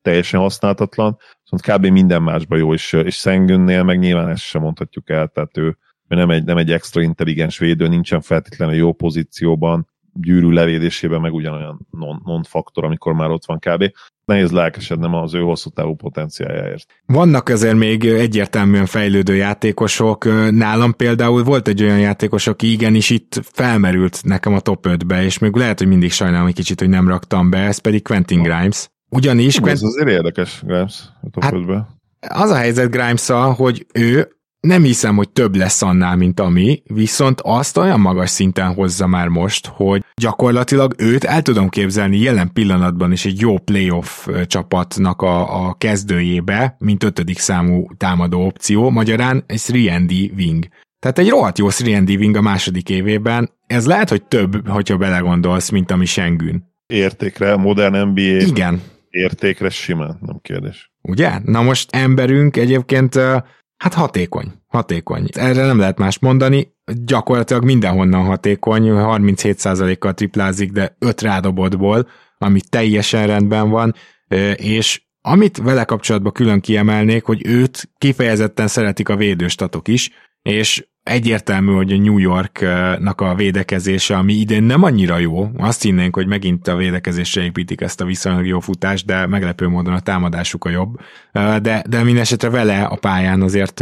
teljesen használhatatlan, viszont kb. Minden másban jó, és, és Sengunnél meg nyilván ezt sem mondhatjuk el, tehát ő, ő nem, egy, nem egy extra intelligens védő, nincsen feltétlenül jó pozícióban, gyűrű levédésében meg ugyanolyan non, non-faktor, amikor már ott van kb. Nehéz lelkesednem az ő hosszú távú potenciáljáért. Vannak azért még egyértelműen fejlődő játékosok. Nálam például volt egy olyan játékos, aki igenis itt felmerült nekem a top ötbe, és még lehet, hogy mindig sajnálom egy kicsit, hogy nem raktam be, ez pedig Quentin Grimes. Ugyanis... Hú, Quent... Ez azért érdekes, Grimes a top ötbe. Hát, az a helyzet Grimes-szal, hogy ő nem hiszem, hogy több lesz annál, mint ami, viszont azt olyan magas szinten hozza már most, hogy gyakorlatilag őt el tudom képzelni jelen pillanatban is egy jó playoff csapatnak a, a kezdőjébe, mint ötödik számú támadó opció, magyarán egy három and D wing. Tehát egy rohadt jó három and D wing a második évében, ez lehet, hogy több, hogyha belegondolsz, mint ami Sengun. Értékre, modern en bé á. Igen. Értékre simán, nem kérdés. Ugye? Na most emberünk egyébként... Hát hatékony, hatékony. Erre nem lehet mást mondani, gyakorlatilag mindenhonnan hatékony, harminchét százalékkal triplázik, de öt rádobottból, ami teljesen rendben van, és amit vele kapcsolatban külön kiemelnék, hogy őt kifejezetten szeretik a védőstatok is, és egyértelmű, hogy a New Yorknak a védekezése, ami idén nem annyira jó, azt hinnénk, hogy megint a védekezésre építik ezt a viszonylag jó futást, de meglepő módon a támadásuk a jobb, de, de mindesetre vele a pályán azért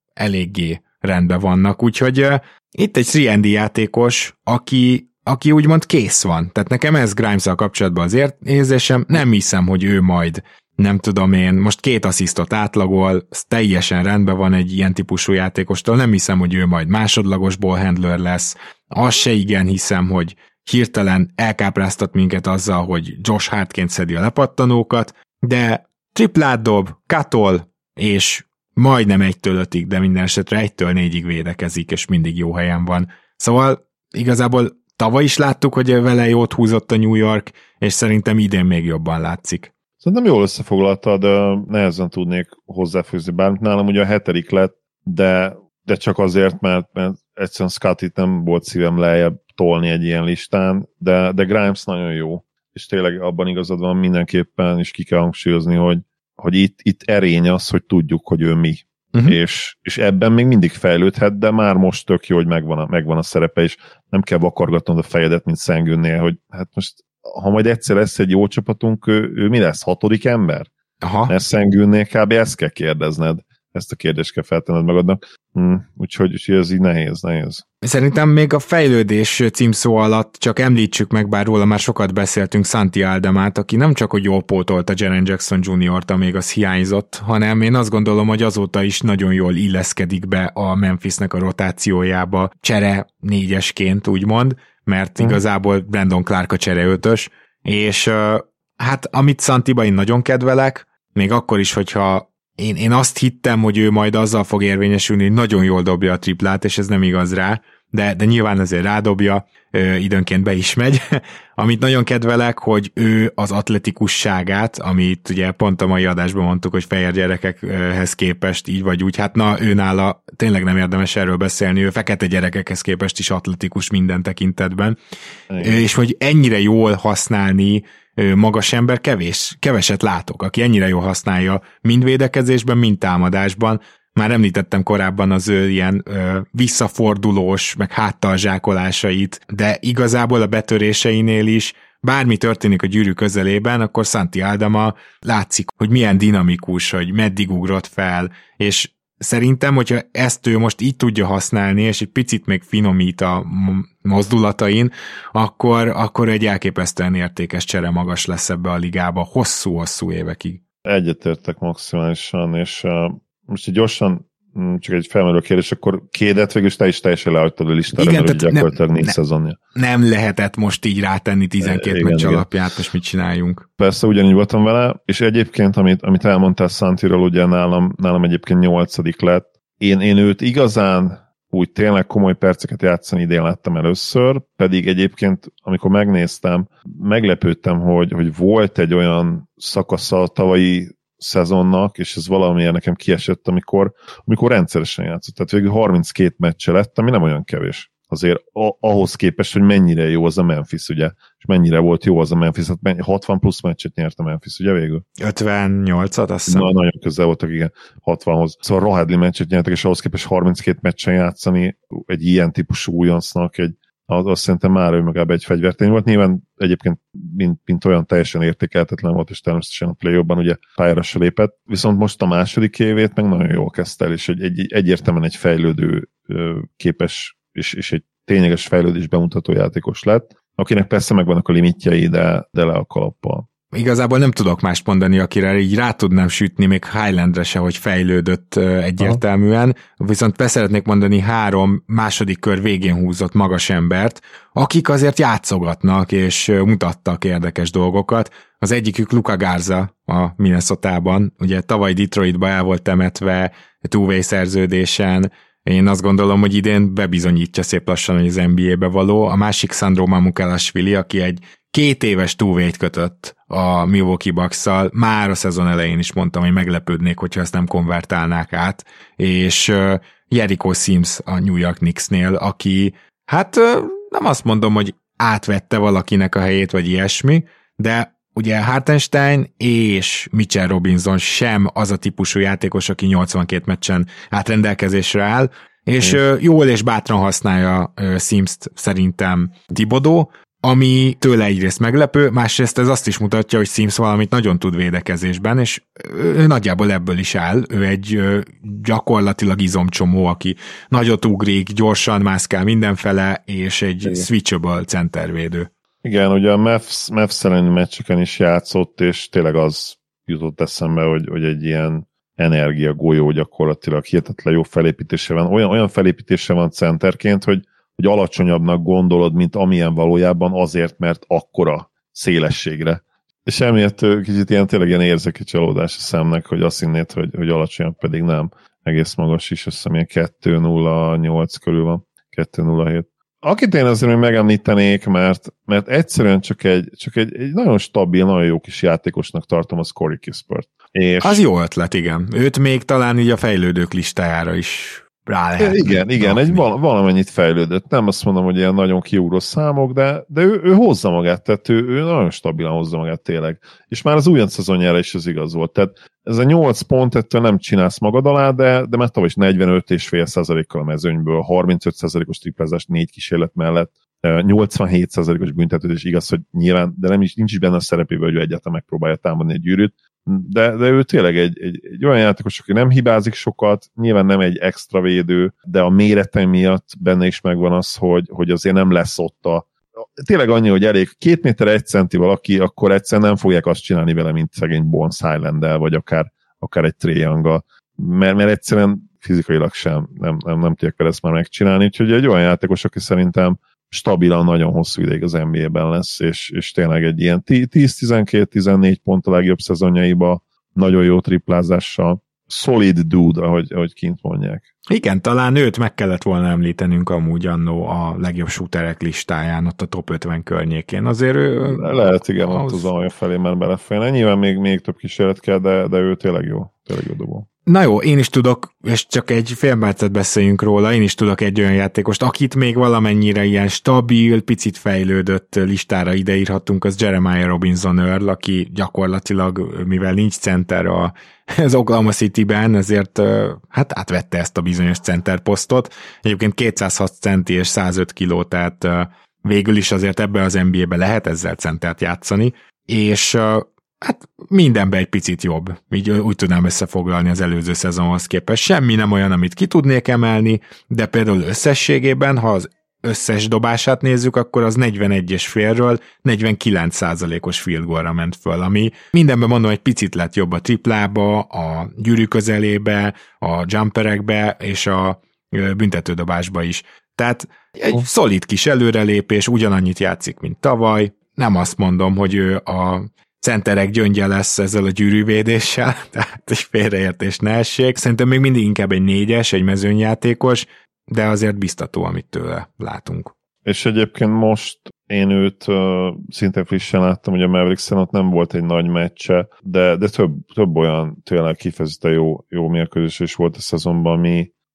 eléggé rendben vannak, úgyhogy itt egy három and D játékos, aki, aki úgymond kész van, tehát nekem ez Grimes-szal kapcsolatban az érzésem, nem hiszem, hogy ő majd nem tudom én, most két asszisztot átlagol, ez teljesen rendben van egy ilyen típusú játékostól, nem hiszem, hogy ő majd másodlagos ballhandler lesz, azt se igen hiszem, hogy hirtelen elkápráztat minket azzal, hogy Josh Hartként szedi a lepattanókat, de triplát dob, katol, és majdnem egytől ötig, de minden esetre egytől négyig védekezik, és mindig jó helyen van. Szóval igazából tavaly is láttuk, hogy vele jót húzott a New York, és szerintem idén még jobban látszik. Szerintem jól összefoglaltad, nehezen tudnék hozzáfűzni bármit. Nálam ugye a hetedik lett, de, de csak azért, mert, mert egyszerűen Scottit nem volt szívem lejjebb tolni egy ilyen listán, de, de Grimes nagyon jó, és tényleg abban igazad van mindenképpen, és ki kell hangsúlyozni, hogy, hogy itt, itt erény az, hogy tudjuk, hogy ő mi. Uh-huh. És, és ebben még mindig fejlődhet, de már most tök jó, hogy megvan a, megvan a szerepe, és nem kell vakargatnod a fejedet, mint Sengunnél, hogy hát most ha majd egyszer lesz egy jó csapatunk, ő, ő mi lesz, hatodik ember? Aha. Mert Sengunnél kb. Ezt kell kérdezned. Ezt a kérdést kell feltenned magadnak. Hm, úgyhogy, úgyhogy ez így nehéz, nehéz. Szerintem még a fejlődés címszó alatt csak említsük meg, bár róla már sokat beszéltünk, Santi Aldamát, aki nem csak, hogy jól pótolta Jaren Jackson juniort, amíg az hiányzott, hanem én azt gondolom, hogy azóta is nagyon jól illeszkedik be a Memphisnek a rotációjába, csere négyesként, úgymond, mert hmm. igazából Brandon Clark a csere ötös, és uh, hát amit Santiba én nagyon kedvelek, még akkor is, hogyha Én, én azt hittem, hogy ő majd azzal fog érvényesülni, hogy nagyon jól dobja a triplát, és ez nem igaz rá, de, de nyilván azért rádobja, ö, időnként be is megy. Amit nagyon kedvelek, hogy ő az atletikusságát, amit ugye pont a mai adásban mondtuk, hogy fehér gyerekekhez képest így vagy úgy, hát na, ő nála tényleg nem érdemes erről beszélni, ő fekete gyerekekhez képest is atletikus minden tekintetben. Igen. És hogy ennyire jól használni magas ember, kevés, keveset látok, aki ennyire jól használja mind védekezésben, mind támadásban. Már említettem korábban az ő ilyen ö, visszafordulós, meg háttal zsákolásait, de igazából a betöréseinél is bármi történik a gyűrű közelében, akkor Santi Aldama látszik, hogy milyen dinamikus, hogy meddig ugrott fel, és szerintem, hogyha ezt ő most így tudja használni, és egy picit még finomít a mozdulatain, akkor, akkor egy elképesztően értékes csere magas lesz ebbe a ligába hosszú-hosszú évekig. Egyetértek maximálisan, és uh, most így gyorsan csak egy felmerülő kérdés, akkor Kédet végül is te is teljesen lehagytad a listára, igen, mert gyakorlatilag négy szezonja. Nem lehetett most így rátenni tizenkét meccs alapját, most mit csináljunk? Persze, ugyanígy voltam vele, és egyébként, amit, amit elmondtál Santiról, ugye nálam, nálam egyébként nyolcadik lett. Én, én őt igazán úgy tényleg komoly perceket játszani idén láttam először, pedig egyébként, amikor megnéztem, meglepődtem, hogy, hogy volt egy olyan szakasza a tavalyi szezonnak, és ez valamiért nekem kiesett, amikor, amikor rendszeresen játszott. Tehát végül harminckét meccse lett, ami nem olyan kevés. azért ahhoz képest, hogy mennyire jó az a Memphis, ugye, és mennyire volt jó az a Memphis, hát hatvan plusz meccset nyert a Memphis, ugye végül? ötvennyolcat, azt hiszem. Na, nagyon közel voltak, igen, hatvanhoz. Szóval rohadli meccset nyertek, és ahhoz képest harminckét meccsen játszani egy ilyen típusú újoncnak, egy, az, azt szerintem már ő magább egy fegyvertény volt. Nyilván egyébként mint, mint olyan teljesen értékeltetlen volt, és természetesen a play-offban ugye pályára se lépett. Viszont most a második évét meg nagyon jól kezdte el, és egy, egy, egyértelműen egy fejlődő képes és, és egy tényleges fejlődés bemutató játékos lett, akinek persze megvannak a limitjei, de, de le a kalappal. Igazából nem tudok mást mondani, akire így rá tudnám sütni, még Highlandre se, hogy fejlődött egyértelműen, aha. Viszont beszeretnék mondani három második kör végén húzott magas embert, akik azért játszogatnak és mutattak érdekes dolgokat. Az egyikük Luka Garza a Minnesotában, ugye tavaly Detroitba el volt temetve two-way szerződésen. Én azt gondolom, hogy idén bebizonyítja szép lassan, hogy az en bé á-be való. A másik Sandro Mamukelashvili, aki egy két éves two-way-t kötött a Milwaukee Bucks-szal. Már a szezon elején is mondtam, hogy meglepődnék, hogyha ezt nem konvertálnák át. És uh, Jericho Sims a New York Knicksnél, aki, hát uh, nem azt mondom, hogy átvette valakinek a helyét, vagy ilyesmi, de ugye Hartenstein és Mitchell Robinson sem az a típusú játékos, aki nyolcvankét meccsen átrendelkezésre áll, és mm. jól és bátran használja Simst szerintem Thibodeau, ami tőle egyrészt meglepő, másrészt ez azt is mutatja, hogy Sims valamit nagyon tud védekezésben, és ő nagyjából ebből is áll. Ő egy gyakorlatilag izomcsomó, aki nagyot ugrik, gyorsan mászkál mindenfele, és egy igen. switchable centervédő. Igen, ugye a Mavs, Mavs elleni meccseken is játszott, és tényleg az jutott eszembe, hogy, hogy egy ilyen energia golyó gyakorlatilag hihetetlen jó felépítése van. Olyan, olyan felépítése van centerként, hogy, hogy alacsonyabbnak gondolod, mint amilyen valójában azért, mert akkora szélességre. És emiatt kicsit ilyen tényleg ilyen érzeki csalódás a szemnek, hogy azt hinnéd, hogy, hogy alacsonyabb, pedig nem. Egész magas is, azt hiszem ilyen kettő nulla nyolc körül van, kettő nulla hét. Akit én azért még megemlítenék, mert, mert egyszerűen csak, egy, csak egy, egy nagyon stabil, nagyon jó kis játékosnak tartom, az Corey Kispert. És... Az jó ötlet, igen. Őt még talán így a fejlődők listájára is rá lehet. Igen, igen, egy val- valamennyit fejlődött. Nem azt mondom, hogy ilyen nagyon kiugró számok, de, de ő, ő hozza magát, tehát ő, ő nagyon stabilan hozza magát tényleg. És már az újonc szezonjára is az igaz volt. Tehát ez a nyolc pont, ettől nem csinálsz magad alá, de, de már tavaly is negyvenöt egész öt százalékkal a mezőnyből, harmincöt százalékos triplázás négy kísérlet mellett, nyolcvanhét százalékos büntetődés, igaz, hogy nyilván, de nem is, nincs is benne a szerepében, hogy ő egyáltalán megpróbálja támadni egy gyűrűt, de, de ő tényleg egy, egy, egy olyan játékos, aki nem hibázik sokat, nyilván nem egy extra védő, de a mérete miatt benne is megvan az, hogy, hogy azért nem lesz ott a tényleg annyi, hogy elég két méter egy centi valaki, akkor egyszerűen nem fogják azt csinálni vele, mint szegény Bones Highland-el, vagy akár, akár egy Trae Young-gal, mert, mert egyszerűen fizikailag sem nem, nem, nem tudják vele ezt már megcsinálni, úgyhogy egy olyan játékos, aki szerintem stabilan nagyon hosszú ideig az en bé á-ben lesz, és, és tényleg egy ilyen tíz tizenkét tizennégy pont a legjobb szezonjaiba, nagyon jó triplázással, solid dude, ahogy, ahogy kint mondják. Igen, talán őt meg kellett volna említenünk amúgy annó a legjobb shooterek listáján, ott a top ötven környékén. Azért ő... Lehet, igen, az... ott az alja felé már belefélne. Nyilván még, még több kísérlet kell, de, de ő tényleg jó, tényleg jó dobó. Na jó, én is tudok, és csak egy fél percet beszéljünk róla, én is tudok egy olyan játékost, akit még valamennyire ilyen stabil, picit fejlődött listára ideírhatunk, az Jeremiah Robinson Earl, aki gyakorlatilag, mivel nincs center a, az Oklahoma City-ben, ezért hát átvette ezt a bizonyos center posztot. Egyébként kétszázhat centi és százöt kiló, tehát végül is azért ebbe az en bé á-be lehet ezzel centert játszani, és hát mindenben egy picit jobb. Így úgy tudnám összefoglalni az előző szezonhoz képest. Semmi nem olyan, amit ki tudnék emelni, de például összességében, ha az összes dobását nézzük, akkor az negyvenegy és félről negyvenkilenc százalékos field goalra ment föl, ami mindenben mondom, egy picit lett jobb a triplába, a gyűrű közelébe, a jumperekbe és a büntetődobásba is. Tehát egy oh. szolid kis előrelépés, ugyanannyit játszik, mint tavaly. Nem azt mondom, hogy ő a centerek gyöngye lesz ezzel a gyűrűvédéssel, tehát egy félreértés ne essék. Szerintem még mindig inkább egy négyes, egy mezőnyjátékos, de azért biztató, amit tőle látunk. És egyébként most én őt uh, szintén frissen láttam, hogy a Mavericks-en ott nem volt egy nagy meccse, de, de több, több olyan tényleg kifejezetten jó, jó mérkőzés is volt a szezonban, ami,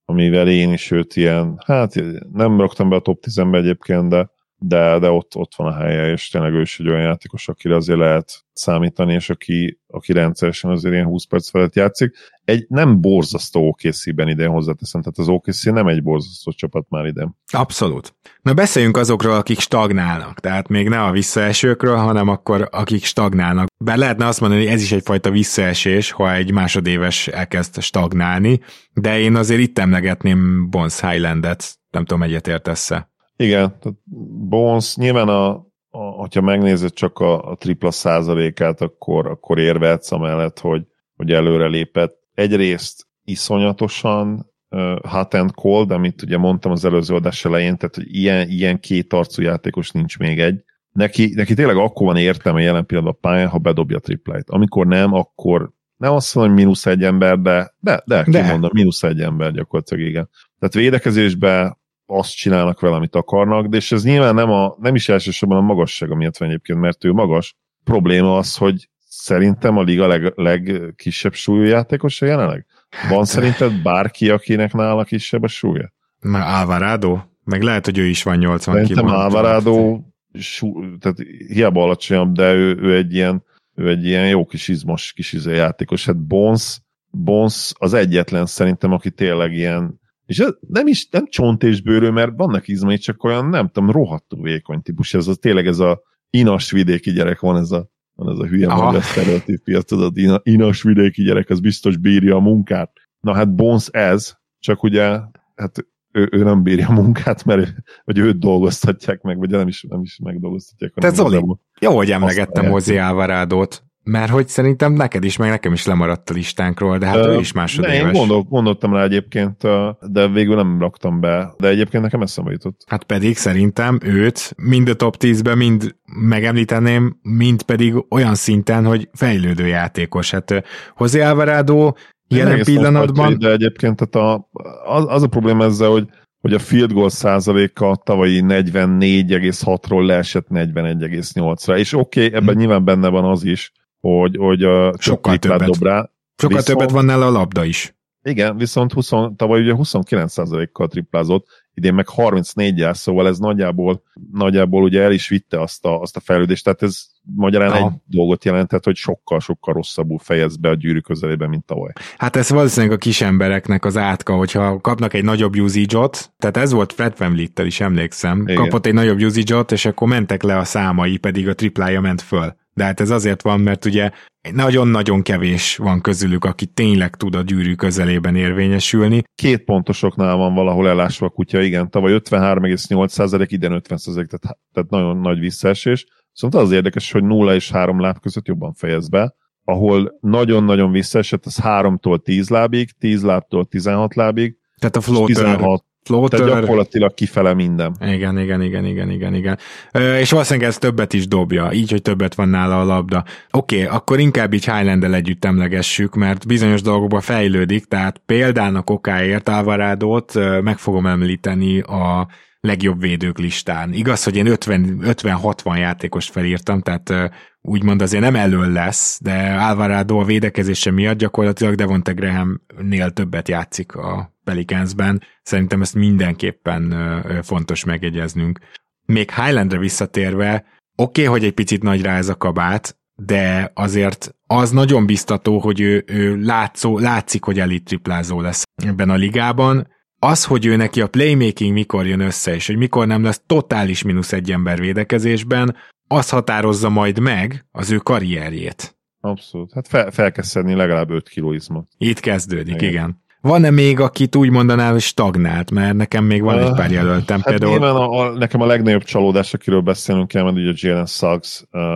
amivel én is őt ilyen, hát nem raktam be a top tízbe egyébként, de, de, de ott, ott van a helye, és tényleg ő is egy olyan játékos, akire azért lehet számítani, és aki, aki rendszeresen azért ilyen húsz perc felett játszik. Egy nem borzasztó o ká cé-ben idén hozzáteszem, tehát az o ká cé nem egy borzasztó csapat már idén. Abszolút. Na beszéljünk azokról, akik stagnálnak, tehát még ne a visszaesőkről, hanem akkor akik stagnálnak. Bár lehetne azt mondani, hogy ez is egyfajta visszaesés, ha egy másodéves elkezd stagnálni, de én azért itt emlegetném Bones Highlandet, nem tudom, egyetértesz-e. Igen, tehát Bones nyilván, a, a, hogyha megnézed csak a, a tripla százalékát, akkor, akkor érvehetsz amellett, hogy, hogy előre lépett. Egyrészt iszonyatosan uh, hot and cold, amit ugye mondtam az előző adás elején, tehát hogy ilyen, ilyen két arcú játékos nincs még egy. Neki, neki tényleg akkor van értelme jelen pillanatban a pályán, ha bedobja a tripláit. Amikor nem, akkor nem azt mondom, hogy mínusz egy ember, de, de, de, de. kimondom, mínusz egy ember gyakorlatilag, igen. Tehát védekezésben azt csinálnak vele, amit akarnak, de és ez nyilván nem, a, nem is elsősorban a magassága miatt van egyébként, mert ő magas. Probléma az, hogy szerintem a liga leg, legkisebb súlyú játékosa jelenleg. Van hát, szerinted bárki, akinek nála kisebb a súlya? Már Alvarado? Meg lehet, hogy ő is van nyolcvan kiló. Szerintem Alvarado, sú, tehát hiába alacsonyabb, de ő, ő egy ilyen ő egy ilyen jó kis izmos kis izé játékos. Hát Bones, Bones az egyetlen szerintem, aki tényleg ilyen, és ez nem is, nem csont és bőrő, mert vannak izmai, csak olyan, nem tudom, rohadtul vékony típus. Ez a, tényleg ez a inas vidéki gyerek van, ez a, van ez a hülye magyar sztereotíp piac, tudod, inas vidéki gyerek, az biztos bírja a munkát. Na hát Bones ez, csak ugye, hát ő, ő nem bírja a munkát, mert ő, vagy őt dolgoztatják meg, vagy nem is, nem is megdolgoztatják. Te Zoli, jó, hogy emlegettem José Alvaradót, mert hogy szerintem neked is, meg nekem is lemaradt a listánkról, de hát uh, ő is másodéves. Ne, én gondol, gondoltam rá egyébként, de végül nem raktam be, de egyébként nekem eszembe jutott. Hát pedig szerintem őt mind a top tízben mind megemlíteném, mind pedig olyan szinten, hogy fejlődő játékos. Hát José Alvarado jelen pillanatban... De egyébként tehát a, az, az a probléma ezzel, hogy, hogy a field goal százaléka tavalyi negyvennégy egész hatról leesett negyvenegy egész nyolcra, és oké, okay, ebben hmm. nyilván benne van az is, hogy, hogy a sokkal többet, dob rá, sokkal viszont, többet van nála a labda is. Igen, viszont húsz, tavaly ugye huszonkilenc százalékkal triplázott, idén meg harmincnégyel, szóval ez nagyjából, nagyjából ugye el is vitte azt a, azt a fejlődést, tehát ez magyarán Aha. egy dolgot jelentett, hogy sokkal-sokkal rosszabbul fejez be a gyűrű közelében, mint tavaly. Hát ez valószínűleg a kis embereknek az átka, hogyha kapnak egy nagyobb usage-ot, tehát ez volt Fred VanVleet-tel is, emlékszem, Igen. kapott egy nagyobb usage-ot, és akkor mentek le a számai, pedig a triplája ment föl. De hát ez azért van, mert ugye nagyon-nagyon kevés van közülük, aki tényleg tud a gyűrű közelében érvényesülni. Két pontosoknál van valahol elásva a kutya, igen, tavaly ötvenhárom egész nyolc százalék, idén ötven százalék, tehát, tehát nagyon nagy visszaesés. Viszont az érdekes, hogy nulla és három láb között jobban fejez be, ahol nagyon-nagyon visszaesett, az háromtól tíz lábig, tíz lábtól tizenhat lábig, tehát a floater, tizenhat Floater. Tehát gyakorlatilag kifele minden. Igen, igen, igen, igen, igen, igen. Ö, és valószínűleg ez többet is dobja, így, hogy többet van nála a labda. Oké, okay, akkor inkább így Highland-el együtt emlegessük, mert bizonyos dolgokban fejlődik, tehát példának okáért Alvaradót meg fogom említeni a legjobb védők listán. Igaz, hogy én ötven-hatvan játékost felírtam, tehát úgymond azért nem elől lesz, de Alvarado a védekezése miatt gyakorlatilag Devonte Graham-nél többet játszik a Pelicansben. Szerintem ezt mindenképpen fontos megjegyeznünk. Még Highlandre visszatérve, oké, okay, hogy egy picit nagy rá ez a kabát, de azért az nagyon biztató, hogy ő, ő látszó, látszik, hogy elit triplázó lesz ebben a ligában. Az, hogy ő neki a playmaking mikor jön össze, és hogy mikor nem lesz totális mínusz egy ember védekezésben, az határozza majd meg az ő karrierjét. Abszolút. Hát fel, fel kell szedni legalább öt kiló izmot. Itt kezdődik, igen. igen. Van-e még, akit úgy mondanál, hogy stagnált? Mert nekem még van uh, egy pár jelöltem. Hát például... nyilván a, a, nekem a legnagyobb csalódás, akiről beszélünk kell, mert ugye Jalen Suggs, uh,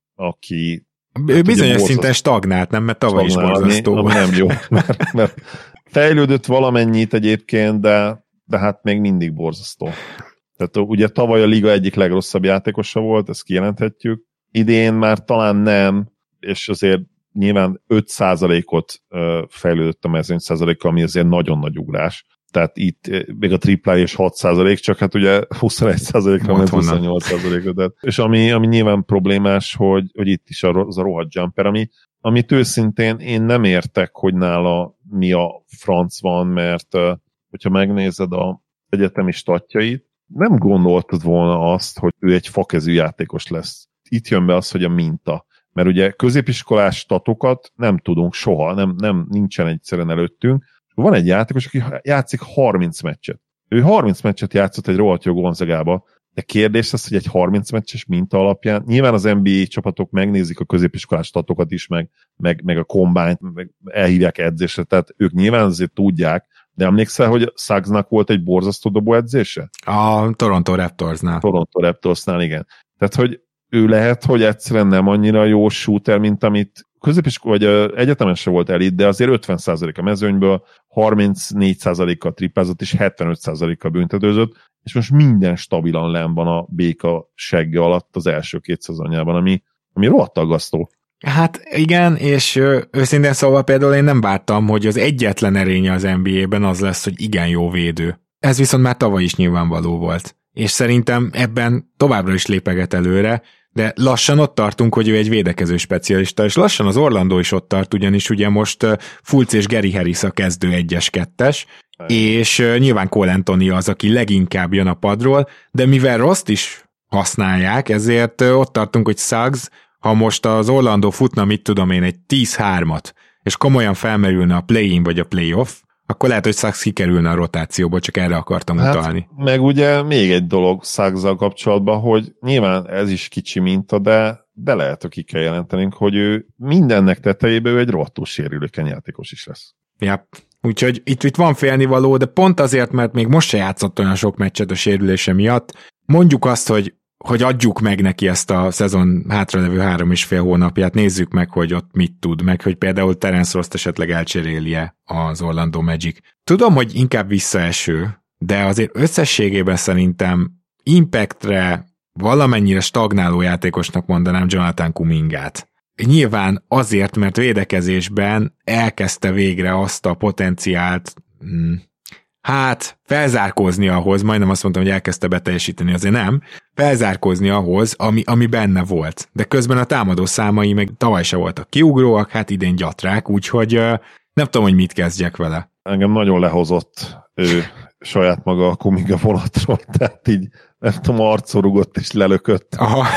aki... Ő hát bizonyos szinten stagnált, nem? Mert tavaly is borzasztó. Ami nem jó, mert, mert fejlődött valamennyit egyébként, de, de hát még mindig borzasztó. Tehát ugye tavaly a liga egyik legrosszabb játékosa volt, ezt kijelenthetjük. Idén már talán nem, és azért nyilván öt százalékot fejlődött a mezőny százalékkal, ami azért nagyon nagy ugrás. Tehát itt még a triplája is hat százalék, csak hát ugye huszonegy százalékra, mert huszonnyolc százalékot. És ami, ami nyilván problémás, hogy, hogy itt is az a rohadt jumper, ami, amit őszintén én nem értek, hogy nála mi a franc van, mert hogyha megnézed az egyetemi statjait, nem gondoltad volna azt, hogy ő egy fakezű játékos lesz. Itt jön be az, hogy a minta. Mert ugye középiskolás statokat nem tudunk soha, nem, nem nincsen egyszerűen előttünk. Van egy játékos, aki játszik harminc meccset. Ő harminc meccset játszott egy rohadt jó Gonzagába, de kérdés az, hogy egy harminc meccses minta alapján, nyilván az en bé á csapatok megnézik a középiskolás statokat is, meg, meg, meg a combine-t, meg elhívják edzésre, tehát ők nyilván azért tudják, de emlékszel, hogy Suggsnak volt egy borzasztó dobó edzése? A Toronto Raptorsnál. Toronto Raptorsnál, igen. Tehát, hogy ő lehet, hogy egyszerűen nem annyira jó shooter, mint amit középiskola, vagy egyetemen se volt elit, de azért ötven százalék a mezőnyből, harmincnégy százalékkal triplázott, és hetvenöt százalékkal büntetőzött, és most minden stabilan lenn van a béka segge alatt az első két szezonjában, ami, ami rohadt aggasztó. Hát igen, és őszintén szóval például én nem vártam, hogy az egyetlen erénye az en bé á-ben az lesz, hogy igen jó védő. Ez viszont már tavaly is nyilvánvaló volt. És szerintem ebben továbbra is lépeget előre, de lassan ott tartunk, hogy ő egy védekező specialista, és lassan az Orlando is ott tart, ugyanis ugye most Fultz és Gary Harris a kezdő egyes-kettes, és nyilván Cole Anthony az, aki leginkább jön a padról, de mivel Rost is használják, ezért ott tartunk, hogy Suggs, ha most az Orlando futna, mit tudom én, egy tíz hármat, és komolyan felmerülne a play-in vagy a playoff, akkor lehet, hogy Suggs kikerülne a rotációból, csak erre akartam hát, utalni. Meg ugye még egy dolog Suggs-zal kapcsolatban, hogy nyilván ez is kicsi minta, de, de lehet, hogy ki kell jelentenünk, hogy ő mindennek tetejében ő egy rohadtul sérülékeny játékos is lesz. Ja, úgyhogy itt, itt van félnivaló, de pont azért, mert még most se játszott olyan sok meccset a sérülése miatt, mondjuk azt, hogy hogy adjuk meg neki ezt a szezon hátralevő három és fél hónapját, nézzük meg, hogy ott mit tud, meg hogy például Terence Rost esetleg elcserélje az Orlando Magic. Tudom, hogy inkább visszaeső, de azért összességében szerintem impactre valamennyire stagnáló játékosnak mondanám Jonathan Kumingát. Nyilván azért, mert védekezésben elkezdte végre azt a potenciált, hmm, hát felzárkózni ahhoz, majdnem azt mondtam, hogy elkezdte beteljesíteni, azért nem, felzárkózni ahhoz, ami, ami benne volt. De közben a támadó számai meg tavaly se voltak kiugróak, hát idén gyatrák, úgyhogy nem tudom, hogy mit kezdjek vele. Engem nagyon lehozott ő saját maga a Kuminga vonatról, tehát így nem tudom, arcon rugott és lelökött. Aha.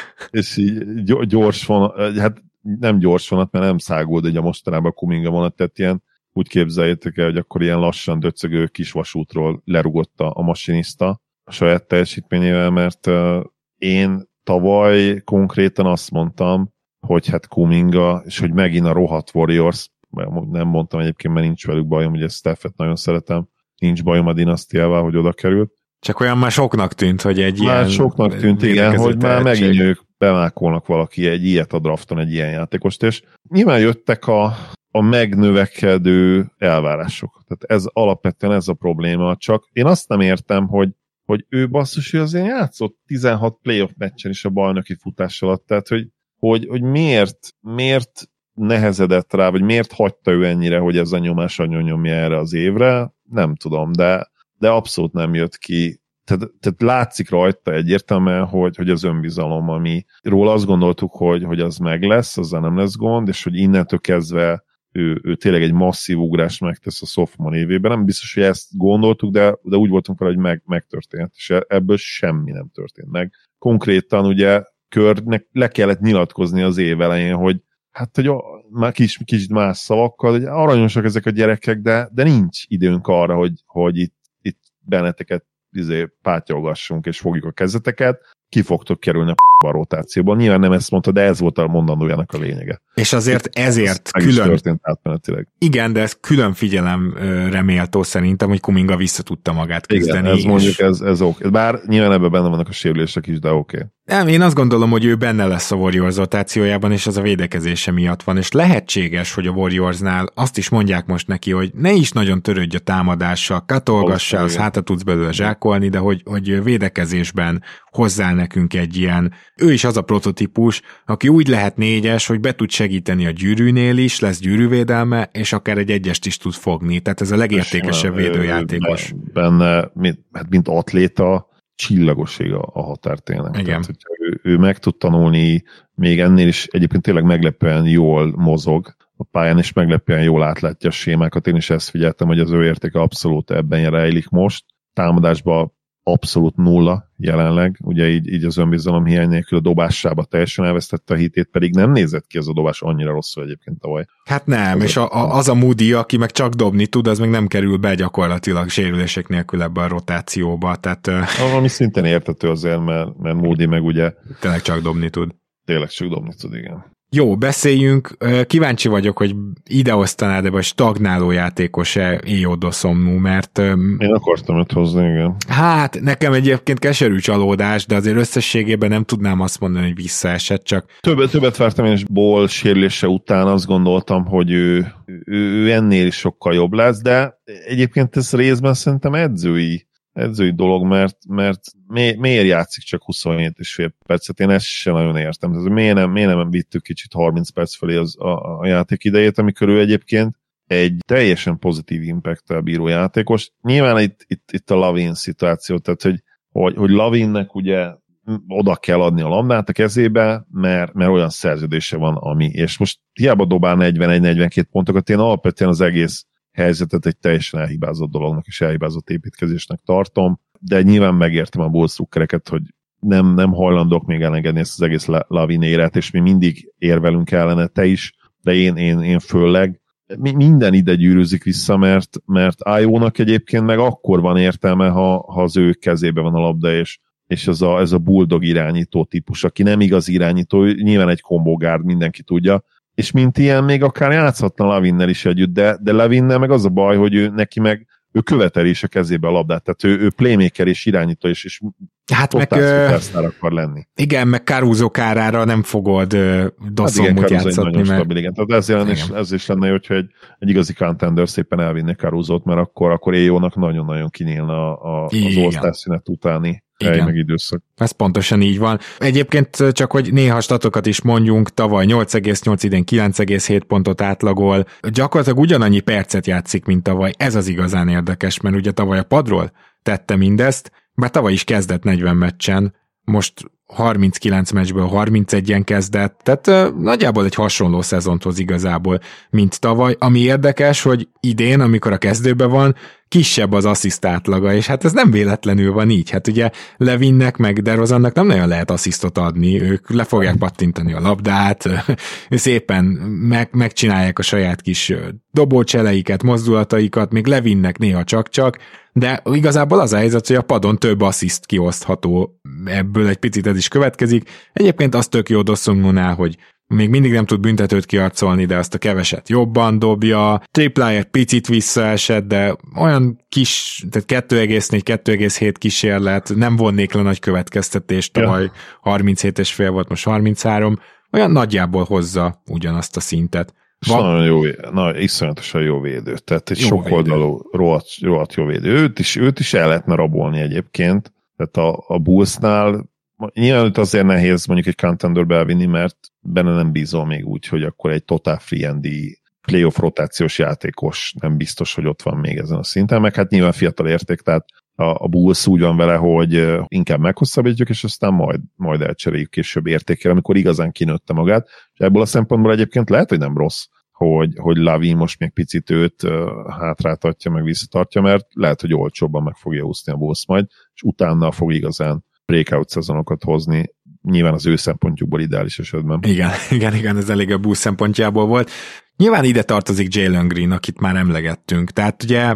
És így gyors vonat, hát nem gyors vonat, mert nem száguld, így a mostanában a Kuminga vonat, tehát ilyen úgy képzeljétek el, hogy akkor ilyen lassan döcögő kis vasútról lerugott a masinista a saját teljesítményével, mert uh, én tavaly konkrétan azt mondtam, hogy hát Kuminga, és hogy megint a rohadt Warriors, nem mondtam egyébként, mert nincs velük bajom, ugye Stephet nagyon szeretem, nincs bajom a dinasztiával, hogy oda került. Csak olyan már soknak tűnt, hogy egy már ilyen... soknak tűnt, igen, hogy már megint ők bemákolnak valaki egy ilyet a drafton, egy ilyen játékost, és nyilván jöttek a a megnövekedő elvárások. Tehát ez alapvetően ez a probléma, csak én azt nem értem, hogy, hogy ő basszus, ő azért játszott tizenhat playoff meccsen is a bajnoki futás alatt, tehát hogy, hogy, hogy miért, miért nehezedett rá, vagy miért hagyta ő ennyire, hogy ez a nyomás anyon nyomja erre az évre, nem tudom, de, de abszolút nem jött ki. Tehát, tehát látszik rajta egyértelműen, hogy, hogy az önbizalom, ami róla azt gondoltuk, hogy, hogy az meg lesz, azzal nem lesz gond, és hogy innentől kezdve Ő, ő tényleg egy masszív ugrást megtesz a sophomore évében. Nem biztos, hogy ezt gondoltuk, de, de úgy voltunk vele, hogy meg, megtörtént, és ebből semmi nem történt meg. Konkrétan ugye Körnek le kellett nyilatkozni az év elején, hogy hát, hogy a, már kis, kicsit más szavakkal, hogy aranyosak ezek a gyerekek, de, de nincs időnk arra, hogy, hogy itt, itt benneteket izé, pátyolgassunk, és fogjuk a kezeteket, ki fogtok kerülni a a rotációban. Nyilván nem ezt mondta, de ez volt a mondandójának a lényege. És azért ezért ez külön... történt átmenetileg. Igen, de ez külön figyelemre méltó szerintem, hogy Kuminga vissza tudta magát küzdeni. Igen, ez és... mondjuk, ez, ez oké. Bár nyilván ebben benne vannak a sérülések is, de oké. Okay. Nem, én azt gondolom, hogy ő benne lesz a Warriors rotációjában, és az a védekezése miatt van, és lehetséges, hogy a Warriorsnál azt is mondják most neki, hogy ne is nagyon törődj a támadással, katolgassál, az hátra tudsz belőle zsákolni, de hogy, hogy védekezésben hozzá nekünk egy ilyen, ő is az a prototípus, aki úgy lehet négyes, hogy be tud segíteni a gyűrűnél is, lesz gyűrűvédelme, és akár egy egyest is tud fogni, tehát ez a legértékesebb védőjátékos. Benne, mint, hát mint atléta, csillagoség a, a határtélnek. Igen. Tehát, ő, ő meg tud tanulni, még ennél is egyébként tényleg meglepően jól mozog, a pályán, és meglepően jól átlátja a sémákat. Én is ezt figyeltem, hogy az ő értéke abszolút ebben rejlik most. Támadásban abszolút nulla jelenleg, ugye így, így az önbizalom hiány nélkül a dobásába teljesen elvesztette a hitét, pedig nem nézett ki az a dobás annyira rosszul egyébként tavaly. Hát nem, az és a, a, az a Moody, aki meg csak dobni tud, az meg nem kerül be gyakorlatilag sérülések nélkül ebbe a rotációba. Tehát, ami szintén értető azért, mert, mert Moody meg ugye tényleg csak dobni tud. Tényleg csak dobni tud, igen. Jó, beszéljünk. Kíváncsi vagyok, hogy ide osztanád ebbe a stagnáló játékos-e Ayo Dosunmu, mert... Én akartam őt hozni, igen. Hát, nekem egyébként keserű csalódás, de azért összességében nem tudnám azt mondani, hogy visszaesett, csak... Többet, többet vártam én is Ball sérülése után, azt gondoltam, hogy ő, ő, ő ennél is sokkal jobb lesz, de egyébként ez részben szerintem edzői edzői dolog, mert, mert mi, miért játszik csak huszonhét és fél percet? Én ezt sem nagyon értem. Tehát miért nem, miért nem vittük kicsit harminc perc felé az, a, a játék idejét, amikor ő egyébként egy teljesen pozitív impact-tel bíró játékos. Nyilván itt, itt, itt a Lavin szituáció, tehát hogy, hogy, hogy Lavinnek ugye oda kell adni a labdát a kezébe, mert, mert olyan szerződése van, ami, és most hiába dobál negyvenegy-negyvenkét pontokat, én alapvetően az egész helyzetet egy teljesen elhibázott dolognak és elhibázott építkezésnek tartom, de nyilván megértem a bullszukkereket, hogy nem, nem hajlandók még elengedni ezt az egész Lavin érát, és mi mindig érvelünk ellene, te is, de én, én, én főleg. Mi, minden ide gyűrűzik vissza, mert, mert Ayo-nak egyébként meg akkor van értelme, ha, ha az ő kezébe van a labda, és, és ez a, ez a bulldog irányító típus, aki nem igaz irányító, nyilván egy kombogárd, mindenki tudja, és mint ilyen még akár játszhatna Lavinnel is együtt, de, de Lavinnel meg az a baj, hogy ő, neki meg ő követeli is a kezébe a labdát, tehát ő, ő playmaker és irányító is, és hát meg ö... akar lenni. Igen, meg Caruso kárára nem fogod Dosunmut hát játszatni. Mert... Stabil, igen. Tehát ez, is, ez is lenne, hogyha egy, egy igazi contender szépen elvinne Carusot, mert akkor, akkor Ayo-nak nagyon-nagyon kinyílna a, az osztályszünet utáni hely meg időszak. Ez pontosan így van. Egyébként csak, hogy néha statokat is mondjunk, tavaly nyolc egész nyolc, idén kilenc egész hét pontot átlagol. Gyakorlatilag ugyanannyi percet játszik, mint tavaly. Ez az igazán érdekes, mert ugye tavaly a padról tette mindezt, bár tavaly is kezdett negyven meccsen, most harminckilenc meccsből harmincegyen kezdett, tehát uh, nagyjából egy hasonló szezont hoz igazából, mint tavaly. Ami érdekes, hogy idén, amikor a kezdőben van, kisebb az assziszt átlaga, és hát ez nem véletlenül van így. Hát ugye Levinnek meg DeRozannak nem nagyon lehet asszisztot adni, ők le fogják pattintani a labdát, szépen meg, megcsinálják a saját kis dobócseleiket, mozdulataikat, még Levinnek néha csak-csak, de igazából az a helyzet, hogy a padon több assziszt kiosztható, ebből egy picit ez is következik. Egyébként az tök jó Dosunmunál, hogy még mindig nem tud büntetőt kiarcolni, de azt a keveset jobban dobja. Triplája picit visszaesett, de olyan kis, tehát kettő egész négy kettő egész hét kísérlet, nem vonnék le nagy következtetést, tavaly ja. harminchét és fél volt, most harminchárom, olyan nagyjából hozza ugyanazt a szintet. Van... Nagyon jó, na, iszonyatosan jó védő, tehát egy sok oldalú rohadt, rohadt jó védő. Őt is, őt is el lehetne rabolni egyébként, tehát a, a Bullsnál nyilván őt azért nehéz mondjuk egy contenderbe elvinni, mert benne nem bízol még úgy, hogy akkor egy total free and playoff rotációs játékos nem biztos, hogy ott van még ezen a szinten, meg hát nyilván fiatal érték, tehát a, a Bulls úgy van vele, hogy inkább meghosszabbítjuk, és aztán majd, majd elcseréljük később értékére, amikor igazán kinőtte magát, és ebből a szempontból egyébként lehet, hogy nem rossz, hogy, hogy Lavin most még picit őt uh, hátráltatja, meg visszatartja, mert lehet, hogy olcsóbban meg fogja úszni a Bulls majd, és utána fog igazán breakout szezonokat hozni, nyilván az ő szempontjukból ideális esetben. Igen, igen, igen, ez elég a Bulls szempontjából volt. Nyilván ide tartozik Jalen Green, akit már emlegettünk, tehát ugye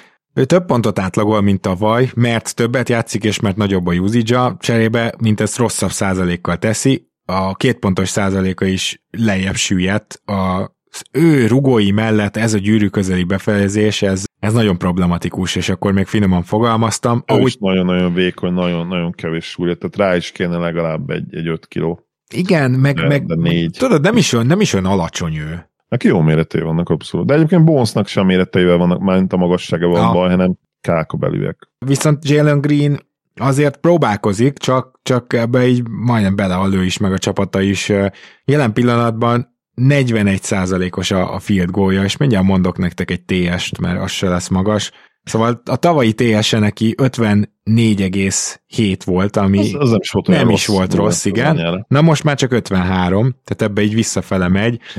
ő több pontot átlagol, mint tavaly, mert többet játszik, és mert nagyobb a usage-a, cserébe, mint ezt rosszabb százalékkal teszi, a két pontos százaléka is lejjebb süllyedt, az ő rugói mellett ez a gyűrű közeli befejezés, ez Ez nagyon problematikus, és akkor még finoman fogalmaztam. Ő ahogy... is nagyon-nagyon vékony, nagyon, nagyon kevés súlya, tehát rá is kéne legalább egy, egy öt kiló. Igen, meg, de, meg de négy. Tudod, nem is, olyan, nem is olyan alacsony ő. Neki jó méretei vannak abszolút, de egyébként Bonesnak sem méreteivel vannak, mármint a magassága van ah. baj, hanem kákabelűek. Viszont Jalen Green azért próbálkozik, csak, csak ebbe így majdnem beleal ő is, meg a csapata is. Jelen pillanatban negyvenegy százalékos a, a field goalja, és mindjárt mondok nektek egy té est, mert az se lesz magas. Szóval a tavalyi té es-e neki ötvennégy egész hét volt, ami az, az nem is volt, nem is volt rossz, igen. Na most már csak ötvenhárom, tehát ebbe így visszafele megy.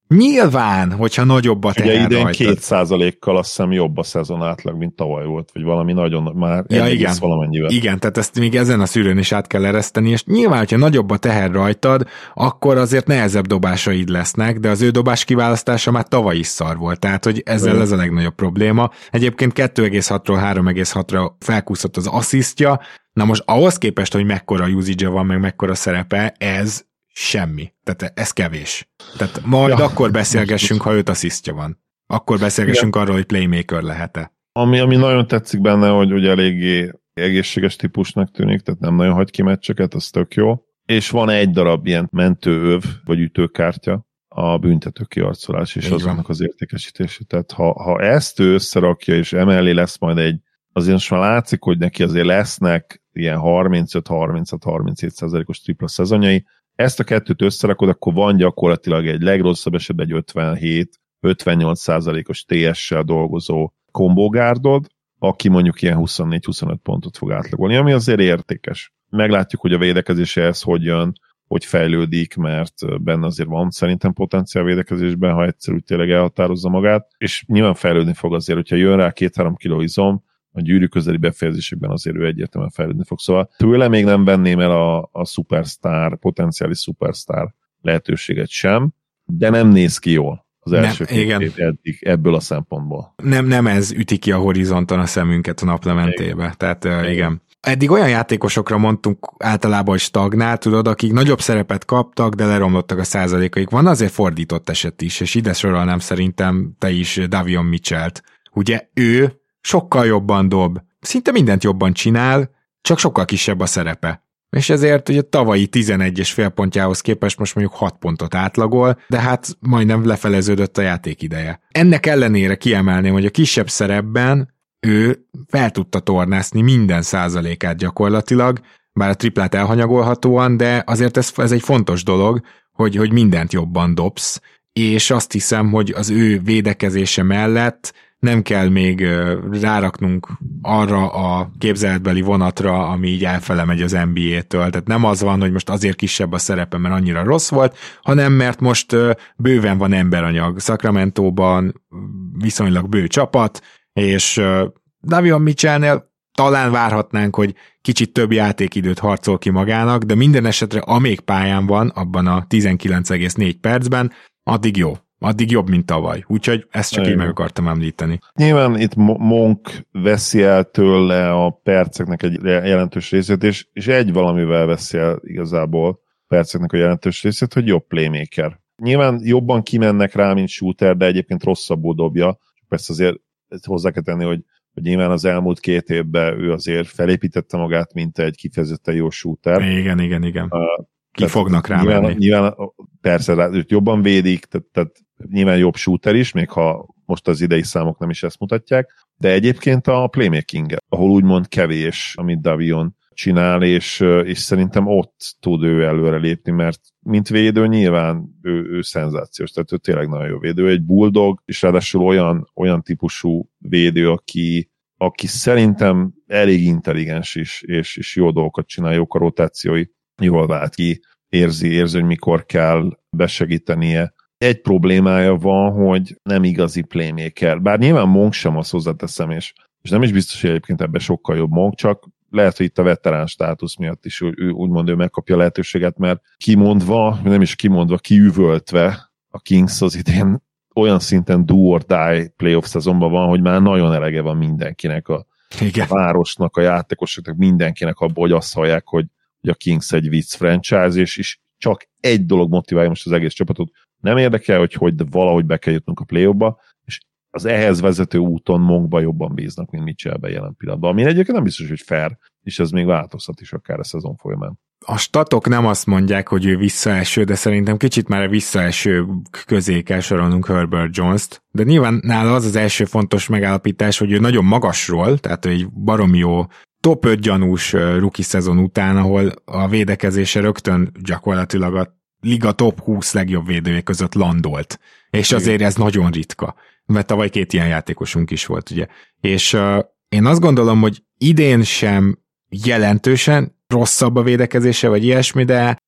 Nyilván, hogyha nagyobb a teher ugye idén rajtad. két százalékkal azt hiszem jobb a szezon átlag, mint tavaly volt, vagy valami nagyon, már ja, egész valamennyivel. Igen, tehát ezt még ezen a szűrőn is át kell ereszteni, és nyilván, hogyha nagyobb a teher rajtad, akkor azért nehezebb dobásaid lesznek, de az ő dobás kiválasztása már tavaly is szar volt, tehát hogy ezzel Igen. ez a legnagyobb probléma. Egyébként kettő egész hatról három egész hatra felkúszott az asszisztja, na most ahhoz képest, hogy mekkora usage van, meg mekkora szerepe, ez semmi. Tehát ez kevés. Tehát majd ja. akkor beszélgessünk, ha öt asszisztja van. Akkor beszélgessünk ja. arról, hogy playmaker lehet-e. Ami, ami nagyon tetszik benne, hogy ugye eléggé egészséges típusnak tűnik, tehát nem nagyon hagy ki meccseket, az tök jó. És van egy darab ilyen mentőöv, vagy ütőkártya, a büntető kiarcolás és azoknak az értékesítése. Tehát ha, ha ezt ő összerakja, és emellé lesz majd egy, azért most már látszik, hogy neki azért lesznek ilyen harmincöt harminchat harminchét százalékos tripla szezonjai, ezt a kettőt összerakod, akkor van gyakorlatilag egy legrosszabb esetben egy ötvenhét ötvennyolc százalékos té es-sel dolgozó kombógárdod, aki mondjuk ilyen huszonnégy huszonöt pontot fog átlagolni, ami azért értékes. Meglátjuk, hogy a védekezése ez hogy jön, hogy fejlődik, mert benne azért van szerintem potenciál védekezésben, ha egyszer úgy tényleg elhatározza magát, és nyilván fejlődni fog azért, hogyha jön rá két-három kiló izom, a gyűrű közeli befejezésekben azért ő egyértelműen fejlődni fog. Szóval tőle még nem venném el a, a szupersztár, potenciális szupersztár lehetőséget sem, de nem néz ki jól az első nem, igen. két eddig ebből a szempontból. Nem, nem ez üti ki a horizonton a szemünket a naplementébe. Igen. Tehát igen. igen. Eddig olyan játékosokra mondtunk általában, hogy stagnál, tudod, akik nagyobb szerepet kaptak, de leromlottak a százalékaik. Van azért fordított eset is, és ide sorolnám szerintem te is Davion Mitchell-t. Ugye ő sokkal jobban dob, szinte mindent jobban csinál, csak sokkal kisebb a szerepe. És ezért ugye tavalyi tizenegy és fél pontjához képest most mondjuk hat pontot átlagol, de hát majdnem lefeleződött a játékideje. Ennek ellenére kiemelném, hogy a kisebb szerepben ő fel tudta tornászni minden százalékát gyakorlatilag, bár a triplát elhanyagolhatóan, de azért ez, ez egy fontos dolog, hogy, hogy mindent jobban dobsz, és azt hiszem, hogy az ő védekezése mellett nem kell még ráraknunk arra a képzeletbeli vonatra, ami így elfele megy az en bé á-től. Tehát nem az van, hogy most azért kisebb a szerepe, mert annyira rossz volt, hanem mert most bőven van emberanyag. Sacramento-ban viszonylag bő csapat, és Davion Mitchellnél talán várhatnánk, hogy kicsit több játékidőt harcol ki magának, de minden esetre amíg pályán van, abban a tizenkilenc egész négy percben, addig jó. Addig jobb, mint tavaly. Úgyhogy ezt csak Igen. így meg akartam említeni. Nyilván itt Monk veszi el tőle a perceknek egy jelentős részét, és, és egy valamivel veszi el igazából perceknek a jelentős részét, hogy jobb playmaker. Nyilván jobban kimennek rá, mint shooter, de egyébként rosszabbul dobja. Persze azért hozzá kell tenni, hogy, hogy nyilván az elmúlt két évben ő azért felépítette magát, mint egy kifejezetten jó shooter. Igen, igen, igen. Uh, Ki fognak rá nyilván, menni. Nyilván persze, őt jobban védik, tehát, tehát nyilván jobb shooter is, még ha most az idei számok nem is ezt mutatják, de egyébként a playmaking, ahol úgymond kevés, amit Davion csinál, és, és szerintem ott tud ő előre lépni, mert mint védő nyilván ő, ő szenzációs, tehát ő tényleg nagyon jó védő, egy bulldog, és ráadásul olyan, olyan típusú védő, aki, aki szerintem elég intelligens is, és, és jó dolgokat csinál, jók a rotációi, jól vált ki, érzi, érzi, hogy mikor kell besegítenie. Egy problémája van, hogy nem igazi playmaker. Bár nyilván Monk sem, azt hozzáteszem, és, és nem is biztos, hogy egyébként ebben sokkal jobb Monk, csak lehet, hogy itt a veterán státusz miatt is ő, ő, úgymond ő megkapja a lehetőséget, mert kimondva, nem is kimondva, kiüvöltve a Kings az idén olyan szinten do or die playoff szezonban van, hogy már nagyon elege van mindenkinek, a, a városnak, a játékosoknak, mindenkinek abban, hogy azt hallják, hogy hogy a Kings egy vicc franchise, és, és csak egy dolog motiválja most az egész csapatot. Nem érdekel, hogy, hogy de valahogy be kell jutnunk a play-offba, és az ehhez vezető úton Monkba jobban bíznak, mint Mitchellben jelen pillanatban. Ami egyébként nem biztos, hogy fair, és ez még változhat is akár a szezon folyamán. A statok nem azt mondják, hogy ő visszaeső, de szerintem kicsit már a visszaeső közé kell sorolnunk Herbert Jones-t, de nyilván nála az az első fontos megállapítás, hogy ő nagyon magasról, tehát egy baromi jó top öt gyanús rookie szezon után, ahol a védekezése rögtön gyakorlatilag a liga top húsz legjobb védője között landolt. És azért ez nagyon ritka, mert tavaly két ilyen játékosunk is volt, ugye. És uh, én azt gondolom, hogy idén sem jelentősen rosszabb a védekezése, vagy ilyesmi, de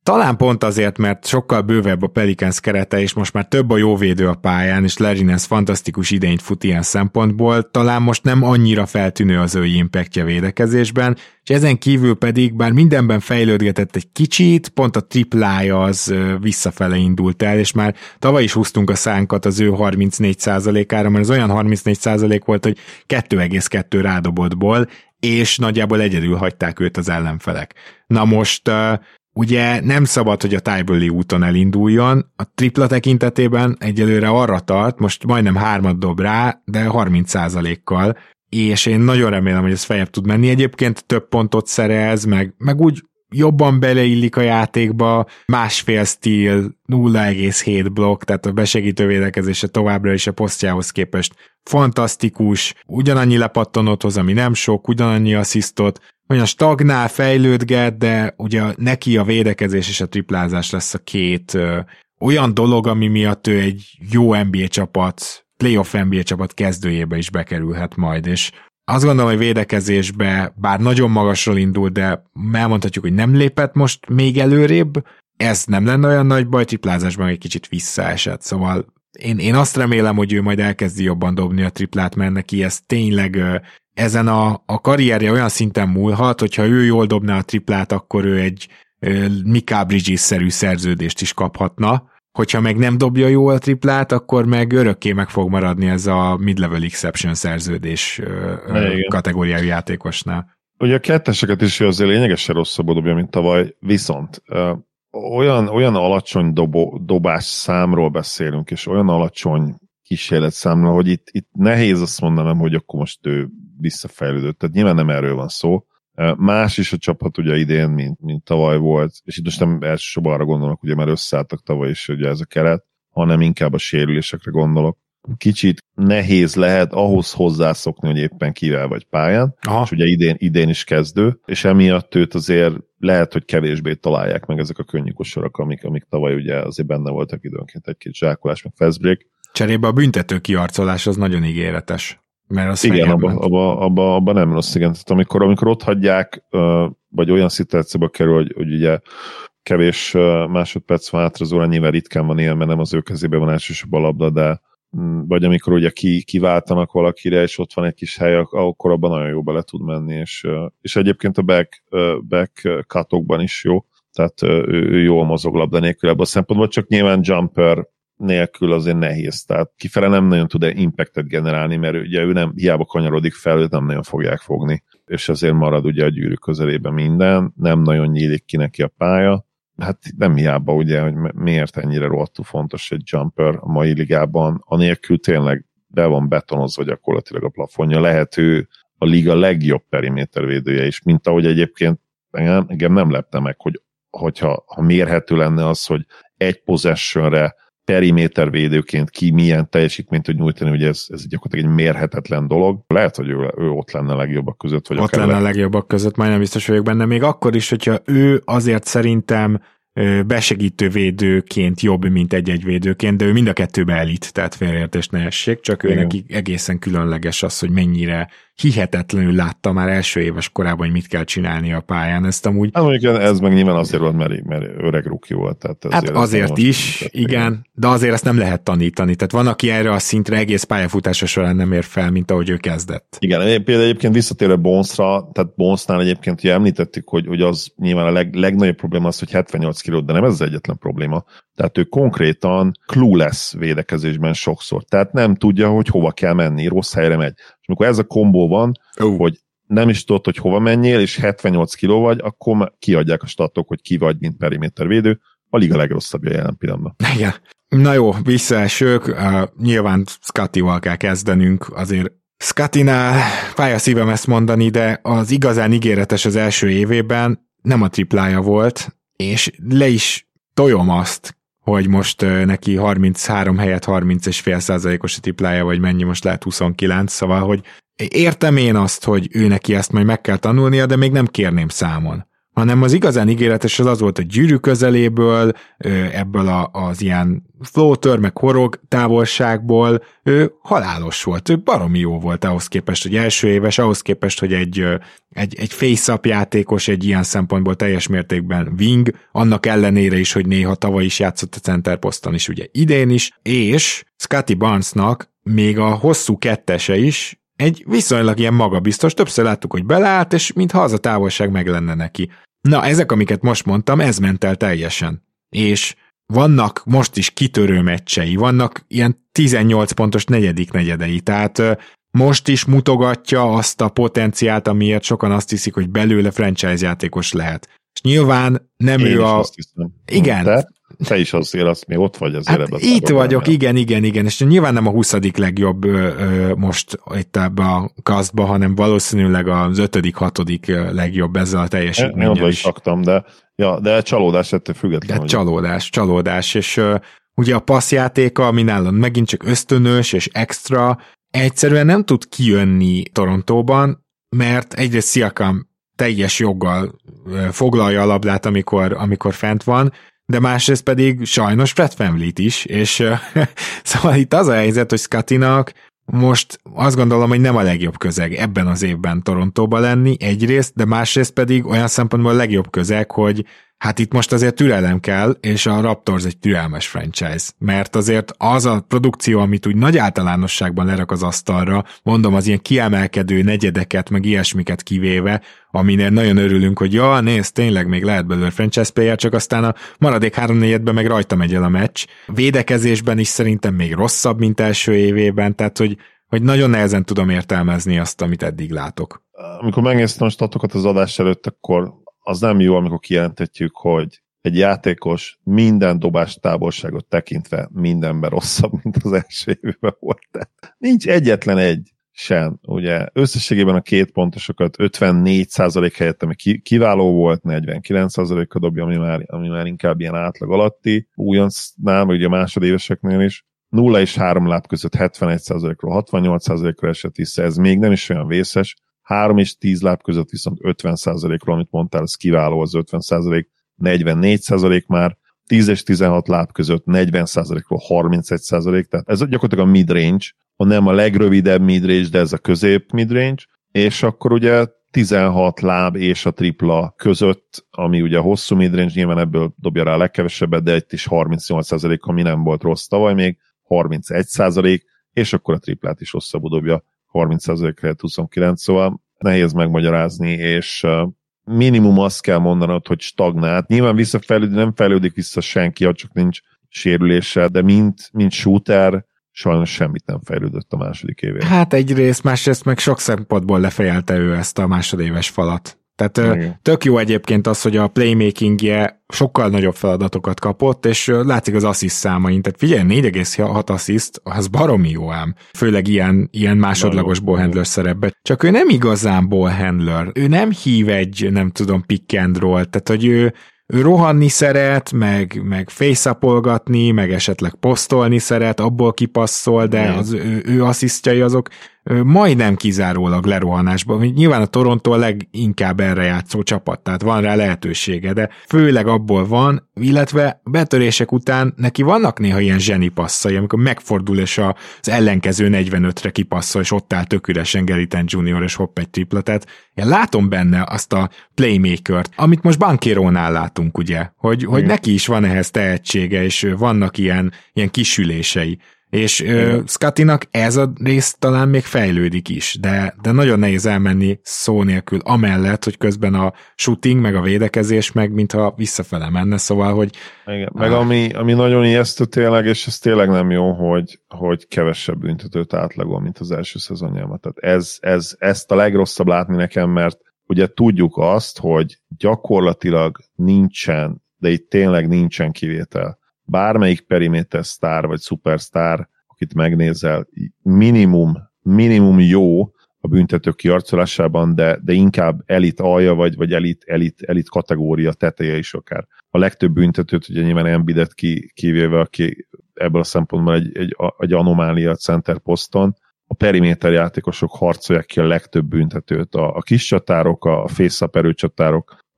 talán pont azért, mert sokkal bővebb a Pelicans kerete, és most már több a jó védő a pályán, és Larry Nance fantasztikus idényt fut ilyen szempontból, talán most nem annyira feltűnő az ő impactja védekezésben, és ezen kívül pedig, bár mindenben fejlődgetett egy kicsit, pont a triplája az visszafele indult el, és már tavaly is húztunk a szánkat az ő harmincnégy százalékára, mert az olyan harmincnégy százalék volt, hogy kettő egész kettő rádobottból, és nagyjából egyedül hagyták őt az ellenfelek. Na most ugye nem szabad, hogy a Tybally úton elinduljon, a tripla tekintetében egyelőre arra tart, most majdnem hármat dob rá, de harminc százalékkal, és én nagyon remélem, hogy ez feljebb tud menni. Egyébként több pontot szerez, meg, meg úgy jobban beleillik a játékba, másfél stíl, nulla egész hét blokk, tehát a besegítő védekezése továbbra is a posztjához képest fantasztikus, ugyanannyi lepattanót hoz, ami nem sok, ugyanannyi asszisztot, olyan stagnál, fejlődget, de ugye neki a védekezés és a triplázás lesz a két ö, olyan dolog, ami miatt ő egy jó en bé á csapat, playoff en bé á csapat kezdőjébe is bekerülhet majd, és azt gondolom, hogy védekezésbe, bár nagyon magasról indul, de elmondhatjuk, hogy nem lépett most még előrébb, ez nem lenne olyan nagy baj, triplázásban egy kicsit visszaesett, szóval én, én azt remélem, hogy ő majd elkezdi jobban dobni a triplát, mert neki ez tényleg ezen a, a karrierje olyan szinten múlhat, hogyha ő jól dobná a triplát, akkor ő egy Mikal Bridges-szerű szerződést is kaphatna, hogyha meg nem dobja jól a triplát, akkor meg örökké meg fog maradni ez a mid-level exception szerződés Igen. kategóriájú játékosnál. Ugye a ketteseket is azért lényegesen rosszabbul dobja, mint tavaly, viszont olyan, olyan alacsony dobo, dobás számról beszélünk, és olyan alacsony kísérlet számról, hogy itt, itt nehéz azt mondanom, hogy akkor most ő visszafejlődött. Tehát nyilván nem erről van szó. Más is a csapat ugye idén, mint, mint tavaly volt, és itt most nem elsősorban arra gondolok, ugye már összeálltak tavaly is ugye ez a keret, hanem inkább a sérülésekre gondolok. Kicsit nehéz lehet ahhoz hozzászokni, hogy éppen kivel vagy pályán, Aha. és ugye idén, idén is kezdő, és emiatt őt azért lehet, hogy kevésbé találják meg ezek a könnyű kosarak, amik, amik tavaly ugye azért benne voltak időnként egy-két zsákolás, meg fastbreak. Cserébe a büntető kiarcolás az nagyon ígéretes. Mert az igen, abban abba, abba, abba nem rossz, igen. Tehát amikor, amikor ott hagyják, vagy olyan szituációba kerül, hogy, hogy ugye kevés másodperc van hátra, az óra nyilván ritkán van ilyen, mert nem az ő kezében van elsősorban a labda, de vagy amikor ugye ki, kiváltanak valakire, és ott van egy kis hely, akkor abban nagyon jó bele tud menni, és, és egyébként a back, back cutokban is jó, tehát ő, ő jól mozog labda nélkül ebben a szempontból, csak nyilván jumper nélkül azért nehéz, tehát kifele nem nagyon tud impactet generálni, mert ugye ő nem, hiába kanyarodik fel, őt nem nagyon fogják fogni, és azért marad ugye a gyűrű közelében minden, nem nagyon nyílik ki neki a pálya, hát nem hiába ugye, hogy miért ennyire rohadtul fontos egy jumper a mai ligában, anélkül tényleg be van betonozva gyakorlatilag a plafonja, lehet ő a liga legjobb perimétervédője is, mint ahogy egyébként engem nem lepte meg, hogy hogyha ha mérhető lenne az, hogy egy possessionre perimétervédőként ki milyen teljesítményt tud nyújtani, ugye ez, ez gyakorlatilag egy mérhetetlen dolog. Lehet, hogy ő, ő ott lenne a legjobbak között. Vagy ott lenne a legjobbak között, majdnem biztos vagyok benne, még akkor is, hogyha ő azért szerintem besegítő védőként jobb, mint egy-egy védőként, de ő mind a kettőbe elit, tehát félreértés ne essék, csak ő neki egészen különleges az, hogy mennyire hihetetlenül látta már első éves korában, hogy mit kell csinálni a pályán. Ezt amúgy... Hát mondjuk ez meg nyilván azért volt, mert, mert öreg ruki volt. Tehát hát azért is, igen, de azért ezt nem lehet tanítani. Tehát van, aki erre a szintre egész pályafutása során nem ér fel, mint ahogy ő kezdett. Igen, például egyébként visszatérve Bonesra, tehát Bonesnál egyébként ugye említettük, hogy, hogy az nyilván a leg, legnagyobb probléma az, hogy hetvennyolc kilót, de nem ez az egyetlen probléma. Tehát ő konkrétan clueless védekezésben sokszor. Tehát nem tudja, hogy hova kell menni, rossz helyre megy. És amikor ez a kombó van, uh. hogy nem is tudod, hogy hova menjél, és hetvennyolc kiló vagy, akkor kiadják a statok, hogy ki vagy, mint perimétervédő. A liga legrosszabbja jelen pillanatban. Igen. Na jó, visszaesők. Uh, nyilván Scotty-val kell kezdenünk. Azért Scotty-nál fáj a szívem ezt mondani, de az igazán ígéretes az első évében nem a triplája volt, és le is tojom azt, hogy most uh, neki harminchárom helyett harminc egész öt százalékos a triplája, vagy mennyi, most lehet huszonkilenc, szóval, hogy értem én azt, hogy ő neki ezt majd meg kell tanulnia, de még nem kérném számon. hanem az igazán ígéretes az az volt, hogy gyűrű közeléből, ebből a, az ilyen floater, meg horog távolságból ő halálos volt, ő baromi jó volt ahhoz képest, hogy első éves, ahhoz képest, hogy egy, egy, egy face-up játékos egy ilyen szempontból teljes mértékben wing, annak ellenére is, hogy néha tavaly is játszott a center poszton is, ugye idén is, és Scottie Barnesnak még a hosszú kettese is egy viszonylag ilyen magabiztos, többször láttuk, hogy beleállt, és mintha az a távolság meg lenne neki. Na, ezek, amiket most mondtam, ez ment el teljesen. És vannak most is kitörő meccsei, vannak ilyen tizennyolc pontos negyedik negyedei, tehát most is mutogatja azt a potenciált, amiért sokan azt hiszik, hogy belőle franchise játékos lehet. És nyilván nem Én ő a... Azt hiszem. Igen. Te, te is azért azt még ott vagy azért. Hát itt vagyok, igen, igen, igen, és nyilván nem a huszadik legjobb ö, ö, most itt ebbe a kasztba, hanem valószínűleg az ötödik, hatodik legjobb ezzel a teljesítménnyel is. Én is raktam, de, ja, de csalódás ettől függetlenül. De csalódás, csalódás, és ö, ugye a passzjátéka, ami nálam megint csak ösztönös és extra, egyszerűen nem tud kijönni Torontóban, mert egyrészt Siakam teljes joggal foglalja a labdát, amikor, amikor fent van, de másrészt pedig sajnos Fred VanVleet is, és szóval itt az a helyzet, hogy Scottie-nak most azt gondolom, hogy nem a legjobb közeg ebben az évben Torontóba lenni egyrészt, de másrészt pedig olyan szempontból a legjobb közeg, hogy hát itt most azért türelem kell, és a Raptors egy türelmes franchise, mert azért az a produkció, amit úgy nagy általánosságban lerak az asztalra, mondom, az ilyen kiemelkedő negyedeket, meg ilyesmiket kivéve, aminél nagyon örülünk, hogy ja, nézd, tényleg még lehet belőle franchise player, csak aztán a maradék három-négyedben meg rajta megy el a meccs. Védekezésben is szerintem még rosszabb, mint első évében, tehát hogy, hogy nagyon nehezen tudom értelmezni azt, amit eddig látok. Amikor megnéztem a statokat az adás előtt, akkor az nem jó, amikor kijelentetjük, hogy egy játékos minden dobás távolságot tekintve mindenben rosszabb, mint az első évben volt. Tehát nincs egyetlen egy sem. Ugye összességében a két pontosokat ötvennégy százalék helyett, ami kiváló volt, negyvenkilenc százalékkal dobja, ami már, ami már inkább ilyen átlag alatti. Újoncnál, ugye a másodéveseknél is. nulla és három láb között hetvenegy százalékról hatvannyolc százalékra esett vissza, ez még nem is olyan vészes. három és tíz láb között viszont ötven százalékról, amit mondtál, ez kiváló, az ötven százalék, negyvennégy százalék már, tíz és tizenhat láb között negyven százalékról harmincegy százalék, tehát ez gyakorlatilag a midrange, a nem a legrövidebb midrange, de ez a közép midrange, és akkor ugye tizenhat láb és a tripla között, ami ugye a hosszú midrange, nyilván ebből dobja rá a legkevesebbet, de itt is harmincnyolc százalék, ami nem volt rossz tavaly még, harmincegy százalék, és akkor a triplát is hosszabbul dobja, harminc százalék helyett huszonkilenc, szóval nehéz megmagyarázni, és minimum azt kell mondanod, hogy stagnált. Nyilván visszafejlődik, nem fejlődik vissza senki, csak nincs sérülése, de mint, mint shooter sajnos semmit nem fejlődött a második évében. Hát egyrészt, másrészt meg sok szempontból lefejelte ő ezt a másodéves falat. Tehát igen. Tök jó egyébként az, hogy a playmakingje sokkal nagyobb feladatokat kapott, és látszik az assziszt számain. Tehát figyelj, négy egész hat assziszt, az baromi jó ám. Főleg ilyen, ilyen másodlagos ballhandler szerepben. Csak ő nem igazán ballhandler. Ő nem hív egy, nem tudom, pick and roll. Tehát, hogy ő, ő rohanni szeret, meg, meg face-upolgatni, meg esetleg posztolni szeret, abból kipasszol, de az ő, ő asszisztjai azok majdnem kizárólag lerohanásban. Nyilván a Toronto a leginkább erre játszó csapat, tehát van rá lehetősége, de főleg abból van, illetve betörések után neki vannak néha ilyen zseni passzai, amikor megfordul és az ellenkező negyvenötre kipasszol, és ott áll tök üresen Gary Trent junior és hopp egy tripla, tehát én látom benne azt a playmakert, amit most Bancherónál látunk, ugye, hogy, hogy neki is van ehhez tehetsége, és vannak ilyen, ilyen kisülései. És uh, Scottie-nak ez a rész talán még fejlődik is, de, de nagyon nehéz elmenni szó nélkül, amellett, hogy közben a shooting, meg a védekezés, meg mintha visszafele menne, szóval, hogy... Igen, meg ah. ami, ami nagyon ijesztő tényleg, és ez tényleg nem jó, hogy, hogy kevesebb büntetőt átlagol, mint az első szezonjában. Tehát ez, ez, ezt a legrosszabb látni nekem, mert ugye tudjuk azt, hogy gyakorlatilag nincsen, de itt tényleg nincsen kivétel. Bármelyik periméter sztár vagy szupersztár, akit megnézel, minimum, minimum jó a büntetők kiarcolásában, de, de inkább elit alja, vagy, vagy elit, elit, elit kategória teteje is akár. A legtöbb büntetőt, ugye nyilván Embiidet ki, kivéve, aki ebből a szempontból egy, egy, egy anomália a center poszton, a periméter játékosok harcolják ki a legtöbb büntetőt. A, a kis csatárok, a face-up erőcsatárok,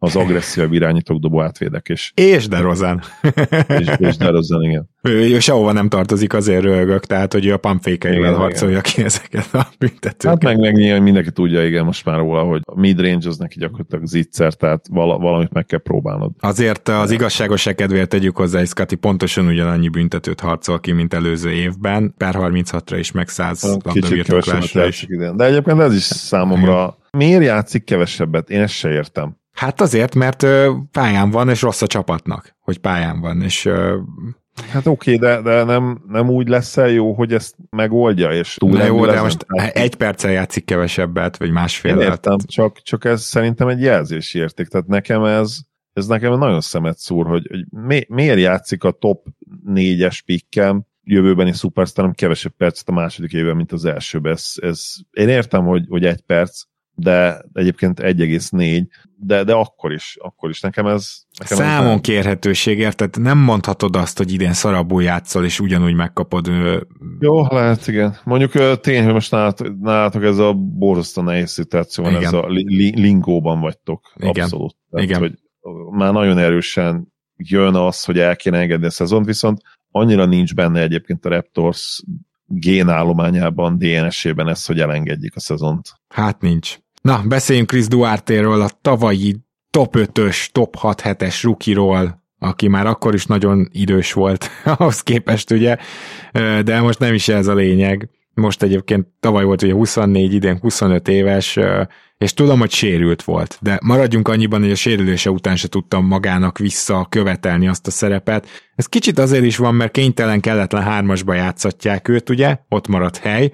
az agresszív irányítók dobó átvédek is. És DeRozan. és, és DeRozan, igen. Ő, ő sehova nem tartozik, azért röhögök, tehát, hogy ő a pumpfékeivel harcolja ki ezeket a büntetőket. Hát meg, meg nyilván mindenki tudja, igen, most már róla, hogy a midrange az neki gyakorlatilag zicser, tehát vala, valamit meg kell próbálnod. Azért az igazságosság kedvéért tegyük hozzá, hogy Scottie pontosan ugyanannyi büntetőt harcol ki, mint előző évben, per harminchatra is, meg száz labdabirtoklásra is. De egyébként ez is számomra, miért játszik kevesebbet? Én ezt se értem. Hát azért, mert pályán van, és rossz a csapatnak, hogy pályán van, és... Hát oké, okay, de, de nem, nem úgy lesz-e jó, hogy ezt megoldja, és túl de jó, de most egy perccel játszik kevesebbet, vagy másfél. Én értem, csak, csak ez szerintem egy jelzési érték, tehát nekem ez, ez nekem nagyon szemet szúr, hogy, hogy mi, miért játszik a top négyes pikkem jövőbeni szupersztárom kevesebb percet a második évben, mint az elsőben. Ez, ez, én értem, hogy, hogy egy perc, de egyébként egy egész négy, de, de akkor is, akkor is nekem ez... Nekem Számon ez kérhetőség, érted? Nem mondhatod azt, hogy idén szarabul játszol, és ugyanúgy megkapod... Jó, lehet, igen. Mondjuk tény, hogy most nálatok, nálatok ez a borzasztó nehéz szituáció, ez a li, lingóban vagytok. Igen. Abszolút. Tehát, igen. hogy már nagyon erősen jön az, hogy el kéne engedni a szezont, viszont annyira nincs benne egyébként a Raptors génállományában, dé en es-ében ez, hogy elengedjék a szezont. Hát nincs. Na, beszéljünk Chris Duarte-ről, a tavalyi top ötös, top hat hetes rukiról, aki már akkor is nagyon idős volt ahhoz képest, ugye, de most nem is ez a lényeg. Most egyébként tavaly volt ugye huszonnégy, idén huszonöt éves, és tudom, hogy sérült volt, de maradjunk annyiban, hogy a sérülése után se tudtam magának visszakövetelni azt a szerepet. Ez kicsit azért is van, mert kénytelen, kelletlen hármasba játszatják őt, ugye, ott maradt hely,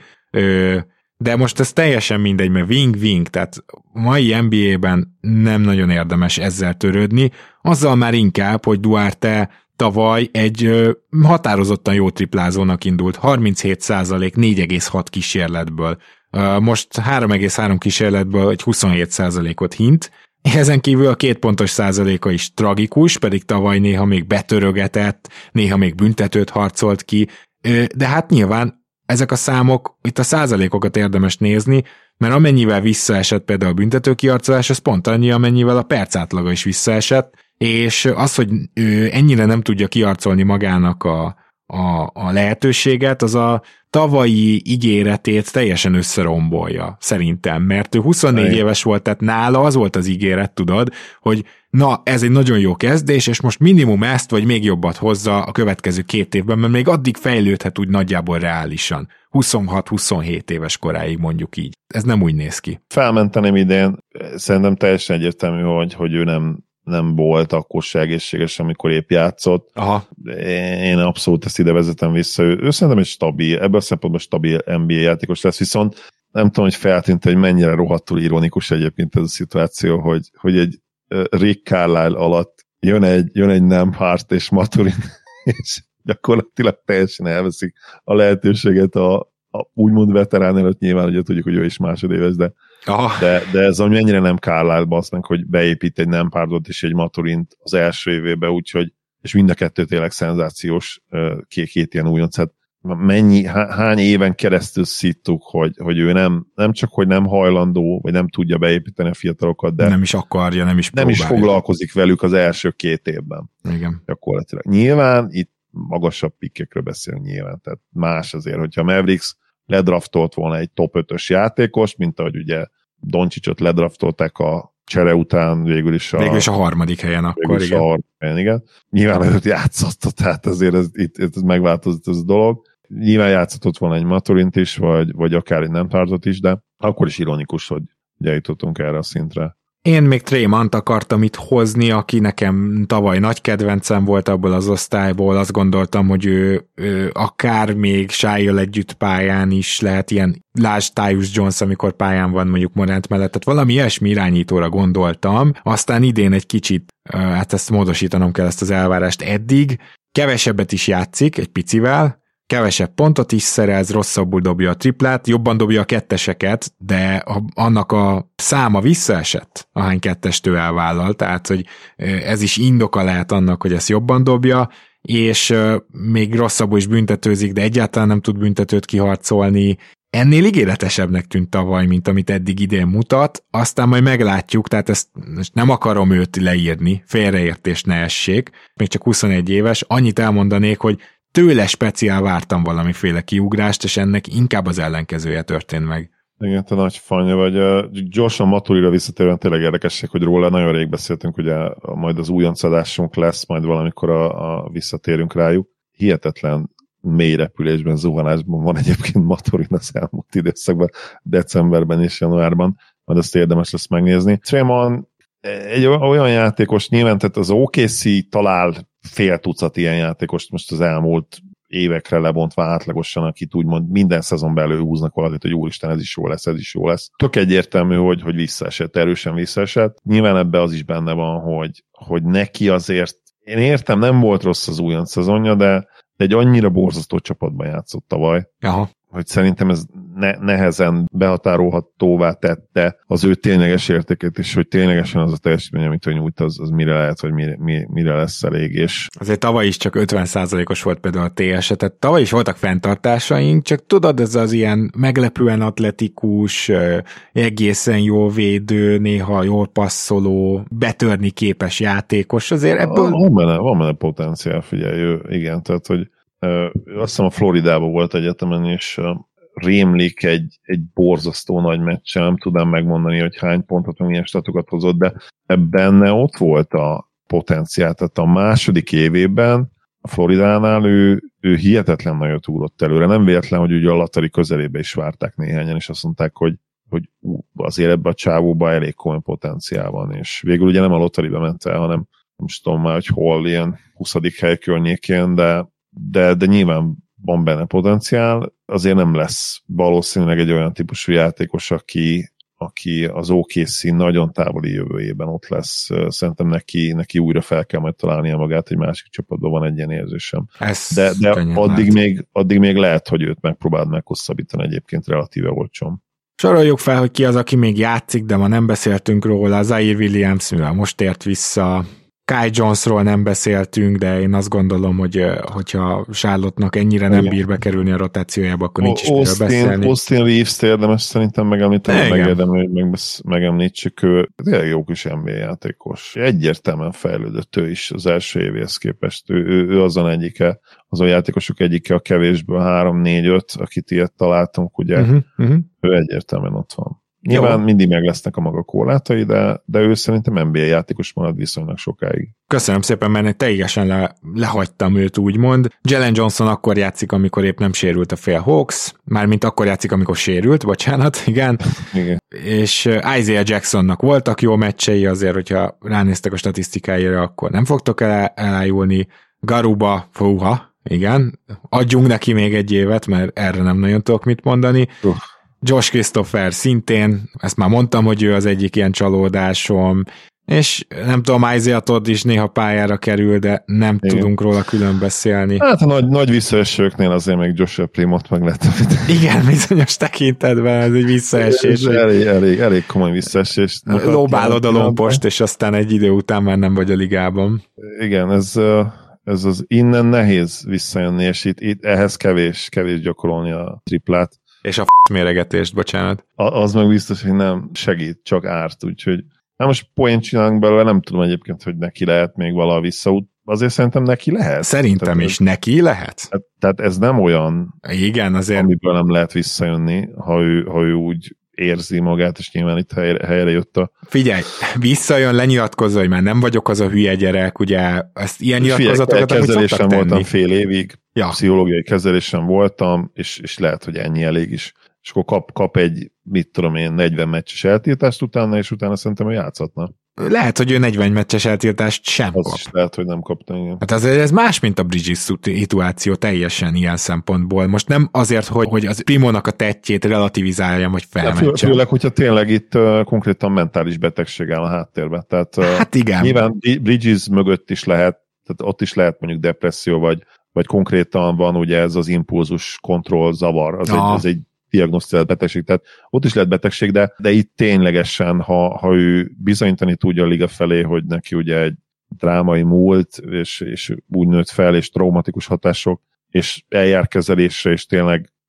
de most ez teljesen mindegy, mert wing-wing, tehát a mai en bé á-ben nem nagyon érdemes ezzel törődni, azzal már inkább, hogy Duarte tavaly egy határozottan jó triplázónak indult, harminchét százalék négy egész hat kísérletből. Most három egész három kísérletből egy huszonhét százalékot hint, ezen kívül a két pontos százaléka is tragikus, pedig tavaly néha még betörögetett, néha még büntetőt harcolt ki, de hát nyilván ezek a számok, itt a százalékokat érdemes nézni, mert amennyivel visszaesett például a büntető kiharcolás, az pont annyi, amennyivel a perc átlaga is visszaesett, és az, hogy ő ennyire nem tudja kiharcolni magának a, a, a lehetőséget, az a tavalyi ígéretét teljesen összerombolja, szerintem, mert ő huszonnégy éves volt, tehát nála az volt az ígéret, tudod, hogy na, ez egy nagyon jó kezdés, és most minimum ezt, vagy még jobbat hozza a következő két évben, mert még addig fejlődhet úgy nagyjából reálisan. huszonhat-huszonhét éves koráig mondjuk így. Ez nem úgy néz ki. Felmenteném idén, szerintem teljesen egyértelmű, hogy, hogy ő nem nem volt akkor se egészséges, amikor épp játszott. Aha. Én abszolút ezt ide vezetem vissza. Ő, ő szerintem egy stabil, ebből a szempontból stabil en bé á játékos lesz, viszont nem tudom, hogy feltűnt, hogy mennyire rohadtul ironikus egyébként ez a szituáció, hogy, hogy egy Rick Carlisle alatt jön egy, jön egy Nembhard és Maturin, és gyakorlatilag teljesen elveszik a lehetőséget a, a úgymond veterán előtt, nyilván ugye tudjuk, hogy ő is másodéves, de De, de ez ami mennyire nem Carlisle basz meg, hogy beépít egy Nembhardot és egy Maturint az első évébe, úgyhogy, és mind a kettő tényleg szenzációs két, két ilyen újonc. Hát mennyi, hány éven keresztül szittuk, hogy, hogy ő nem, nem csak, hogy nem hajlandó, vagy nem tudja beépíteni a fiatalokat, de nem is akarja, nem is próbálja. Nem is foglalkozik velük az első két évben. Igen. Gyakorlatilag. Nyilván itt magasabb pikkekről beszélünk nyilván, tehát más azért, hogyha Mavericks ledraftolt volna egy top ötös játékos, mint ahogy ugye Doncsicsot ledraftolták a csere után végül is a... Végül is a harmadik helyen akkor, igen. A harmadik helyen, igen. Nyilván előtt játszott, tehát azért ez, itt, itt ez megváltozott ez a dolog. Nyilván játszott volna egy Maturint is, vagy, vagy akár egy Nembhardot is, de akkor is ironikus, hogy eljutottunk erre a szintre. Én még Tremont akartam itt hozni, aki nekem tavaly nagy kedvencem volt abból az osztályból, azt gondoltam, hogy ő, ő akár még Shai-jal együtt pályán is lehet ilyen, lásd Tyus Jones, amikor pályán van mondjuk Morant mellett, tehát valami ilyesmi irányítóra gondoltam, aztán idén egy kicsit, hát ezt módosítanom kell ezt az elvárást eddig, kevesebbet is játszik, egy picivel, kevesebb pontot is szerez, rosszabbul dobja a triplát, jobban dobja a ketteseket, de annak a száma visszaesett, ahány kettest ő elvállal, tehát hogy ez is indoka lehet annak, hogy ezt jobban dobja, és még rosszabbul is büntetőzik, de egyáltalán nem tud büntetőt kiharcolni, ennél ígéretesebbnek tűnt tavaly, mint amit eddig idén mutat, aztán majd meglátjuk, tehát ezt most nem akarom őt leírni, félreértés ne essék, még csak huszonegy éves, annyit elmondanék, hogy tőle speciál vártam valamiféle kiugrást, és ennek inkább az ellenkezője történt meg. Igen, te nagy fanya vagy. Gyorsan Maturira visszatérően tényleg érdekesség, hogy róla nagyon rég beszéltünk, ugye majd az újonc adásunk lesz, majd valamikor a, a visszatérünk rájuk. Hihetetlen mély repülésben, zuhanásban van egyébként Maturin az elmúlt időszakban, decemberben és januárban, majd azt érdemes lesz megnézni. Tremon egy olyan játékos, nyilván tehát az o ká cé talál fél tucat ilyen játékost most az elmúlt évekre lebontva átlagosan, akit úgymond minden szezon belül húznak valamit, hogy úristen, ez is jó lesz, ez is jó lesz. Tök egyértelmű, hogy, hogy visszaesett, erősen visszaesett. Nyilván ebbe az is benne van, hogy, hogy neki azért, én értem, nem volt rossz az újonc szezonja, de egy annyira borzasztó csapatban játszott tavaly, Aha. hogy szerintem ez ne, nehezen behatárolhatóvá tette az ő tényleges értékét, és hogy ténylegesen az a teljesítmény, amit ő nyújt, az, az mire lehet, vagy mire, mire lesz elég. És... Azért tavaly is csak ötven százalékos volt például a té es-e, tehát tavaly is voltak fenntartásaink, csak tudod, ez az ilyen meglepően atletikus, egészen jól védő, néha jól passzoló, betörni képes játékos, azért ebből... Van benne, van benne potenciál, figyelj, ő, igen, tehát, hogy Uh, azt hiszem a Floridában volt egyetemen, és uh, rémlik egy, egy borzasztó nagy meccsen, nem tudom megmondani, hogy hány pontot, milyen statokat hozott, de benne ott volt a potenciál, tehát a második évében a Floridánál ő, ő hihetetlen nagyot ugrott előre, nem véletlen, hogy ugye a latari közelébe is várták néhányan, és azt mondták, hogy, hogy azért ebbe a csávóba elég komoly potenciál van, és végül ugye nem a lotteribe ment el, hanem nem tudom már, hogy hol, ilyen huszadik hely környékén, de De, de nyilván van benne potenciál, azért nem lesz valószínűleg egy olyan típusú játékos, aki, aki az o ká cé nagyon távoli jövőjében ott lesz. Szerintem neki, neki újra fel kell majd találnia magát, egy másik csapatban van egy ilyen érzésem. Ez de de addig, még, addig még lehet, hogy őt megpróbáld meghosszabbítani egyébként relatíve olcsón. Soroljuk fel, hogy ki az, aki még játszik, de ma nem beszéltünk róla. Zaire Williams, mivel most ért vissza, Kai Jonesról nem beszéltünk, de én azt gondolom, hogy hogyha Charlotte-nak ennyire nem bír bekerülni a rotációjába, akkor nincs is miről beszélni. Austin Reeves-t érdemes szerintem megemlíteni, megérdemel, hogy meg, megemlítsük, ő tényleg jó kis en bé á játékos. Egyértelműen fejlődött ő is az első évéhez képest. Ő, ő, ő azon egyike, azon játékosok egyike a kevésből három négy öt, akit ilyet találtunk, ugye, uh-huh, uh-huh. Ő egyértelműen ott van. Nyilván jó. Mindig meg lesznek a maga korlátai, de, de ő szerintem en bé á játékos marad viszonylag sokáig. Köszönöm szépen, mert teljesen le, lehagytam őt úgymond. Jalen Johnson akkor játszik, amikor épp nem sérült a fél Hawks, mármint akkor játszik, amikor sérült, bocsánat, igen. igen. És Isaiah Jacksonnak voltak jó meccsei, azért, hogyha ránéztek a statisztikáira, akkor nem fogtok el, elájulni. Garuba, fúha, igen, adjunk neki még egy évet, mert erre nem nagyon tudok mit mondani. Uh. Josh Christopher szintén, ezt már mondtam, hogy ő az egyik ilyen csalódásom, és nem tudom, Isaiah Todd is néha pályára kerül, de nem igen. tudunk róla külön beszélni. Hát a nagy, nagy visszaesőknél azért még Joshua Primot meg lehet. Igen, bizonyos tekintetben ez egy visszaesés. Elég, elég, elég komoly visszaesés. Lóbálod a lompost, és aztán egy idő után már nem vagy a ligában. Igen, ez, ez az innen nehéz visszajönni, és itt, itt ehhez kevés, kevés gyakorolni a triplát. És a f*** méregetést, bocsánat. A, az meg biztos, hogy nem segít, csak árt, úgyhogy hát most poént csinálunk belőle, nem tudom egyébként, hogy neki lehet még valaha visszaút. Azért szerintem neki lehet. Szerintem tehát is ez, neki lehet. Tehát, tehát ez nem olyan, igen, azért amiből nem lehet visszajönni, ha ő, ha ő úgy érzi magát, és nyilván itt helyre, helyre jött a... Figyelj, visszajön, lenyilatkozza, hogy már nem vagyok az a hülye gyerek, ugye ezt ilyen nyilatkozatokat amúgy szoktak tenni. Voltam fél évig, ja. Pszichológiai kezelésen voltam, és, és lehet, hogy ennyi elég is. És akkor kap, kap egy, mit tudom én, negyven meccses eltiltást utána, és utána szerintem ő játszhatna. Lehet, hogy ő negyven meccses eltiltást sem az kap. Is lehet, hogy nem kapta, igen. Hát ez, ez más, mint a Bridges szituáció teljesen ilyen szempontból. Most nem azért, hogy, hogy az Primónak a tettjét relativizáljam, hogy felmentsem. Fő, főleg, hogyha tényleg itt uh, konkrétan mentális betegség áll a háttérben. Tehát, uh, hát igen. Nyilván Bridges mögött is lehet, tehát ott is lehet mondjuk depresszió, vagy, vagy konkrétan van ugye ez az impulzus kontroll zavar. Az, egy, az egy diagnosztizált betegség, tehát ott is lehet betegség, de, de itt ténylegesen, ha, ha ő bizonyítani tudja a liga felé, hogy neki ugye egy drámai múlt, és, és úgy nőtt fel, és traumatikus hatások, és eljár kezelésre, és tényleg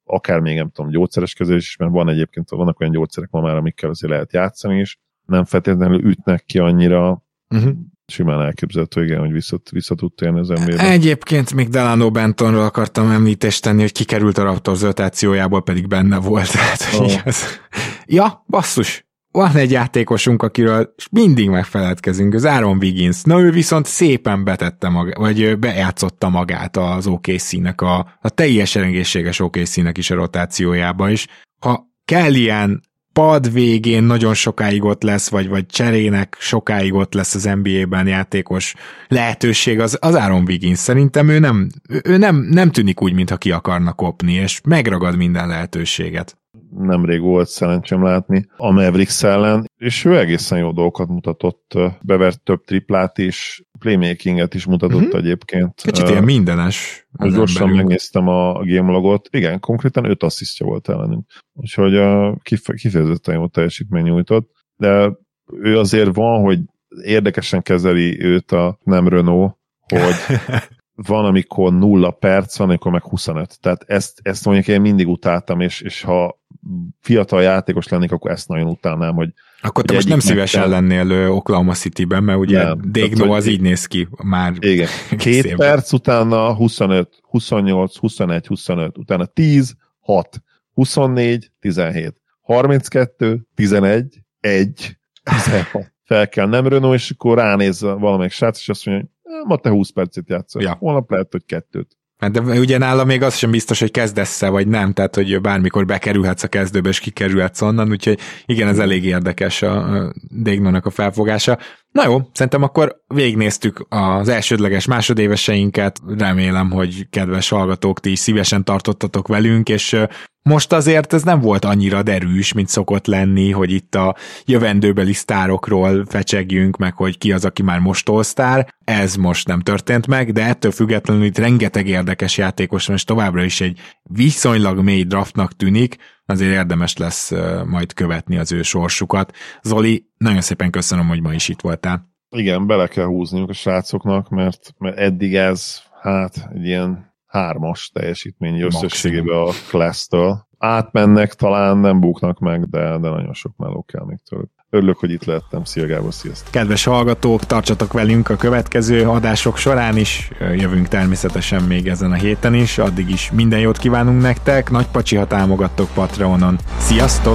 akár még nem tudom, gyógyszeres kezelés is, mert van egyébként, vannak olyan gyógyszerek ma már, amikkel azért lehet játszani is, nem feltétlenül ütnek ki annyira, uh-huh. simán elképzelhető, igen, hogy vissza, vissza tud térni az en bé á-ben. Egyébként még Delano Bentonról akartam említést tenni, hogy kikerült a Raptors rotációjából, pedig benne volt. Tehát, oh. ez... Ja, basszus! Van egy játékosunk, akiről mindig megfeledkezünk, az Aaron Wiggins. Na ő viszont szépen betette magát, vagy bejátszotta magát az o ká cé-nek, a, a teljesen egészséges o ká cé-nek is a rotációjába is. Ha kell ilyen pad végén nagyon sokáig ott lesz, vagy, vagy cserének sokáig ott lesz az en bé á-ben játékos lehetőség, az, az Aaron Wiggins. Szerintem ő, nem, ő nem, nem tűnik úgy, mintha ki akarna kopni, és megragad minden lehetőséget. Nemrég volt szerencsém látni a Mavericks ellen, és ő egészen jó dolgokat mutatott, bevert több triplát is, playmakinget is mutatott uh-huh. egyébként. Kicsit ilyen mindenes. Gyorsan megnéztem a game logot, igen, konkrétan öt asszisztja volt ellenünk, úgyhogy uh, kifejezetten jó teljesítmény nyújtott, de ő azért van, hogy érdekesen kezeli őt a nem Renault, hogy van, amikor nulla perc, van, amikor meg huszonöt. Tehát ezt, ezt mondjuk én mindig utáltam, és, és ha fiatal játékos lennék, akkor ezt nagyon utálnám, hogy... Akkor te most nem szívesen kell... lennél Oklahoma City-ben, mert ugye Degno az így néz ki már. Igen. Két évben. Perc, utána huszonöt, huszonnyolc, huszonegy, huszonöt, utána tíz, hat, huszonnégy, tizenhét, harminckettő, tizenegy, egy, tizenhat. Fel kell nem Renault, és akkor ránéz valamelyik srác, és azt mondja, hogy ma te húsz percet játszol. Ja. Holnap lehet, hogy kettőt. De ugye nála még az sem biztos, hogy kezdesz-e, vagy nem, tehát hogy bármikor bekerülhetsz a kezdőbe, és kikerülhetsz onnan, úgyhogy igen, ez elég érdekes a Dagnónak a felfogása. Na jó, szerintem akkor végignéztük az elsődleges másodéveseinket, remélem, hogy kedves hallgatók, ti is szívesen tartottatok velünk, és most azért ez nem volt annyira derűs, mint szokott lenni, hogy itt a jövendőbeli sztárokról fecsegjünk, meg hogy ki az, aki már most all-sztár. Ez most nem történt meg, de ettől függetlenül itt rengeteg érdekes játékos, most továbbra is egy viszonylag mély draftnak tűnik, azért érdemes lesz majd követni az ő sorsukat. Zoli, nagyon szépen köszönöm, hogy ma is itt voltál. Igen, bele kell húzniuk a srácoknak, mert, mert eddig ez, hát, egy ilyen hármas teljesítmény összességében a class-től. Átmennek, talán nem buknak meg, de, de nagyon sok meló kell még tőlük. Örülök, hogy itt lehettem. Szia Gábor, sziasztok! Kedves hallgatók, tartsatok velünk a következő adások során is, jövünk természetesen még ezen a héten is, addig is minden jót kívánunk nektek, nagy pacsi, ha támogattok Patreonon. Sziasztok!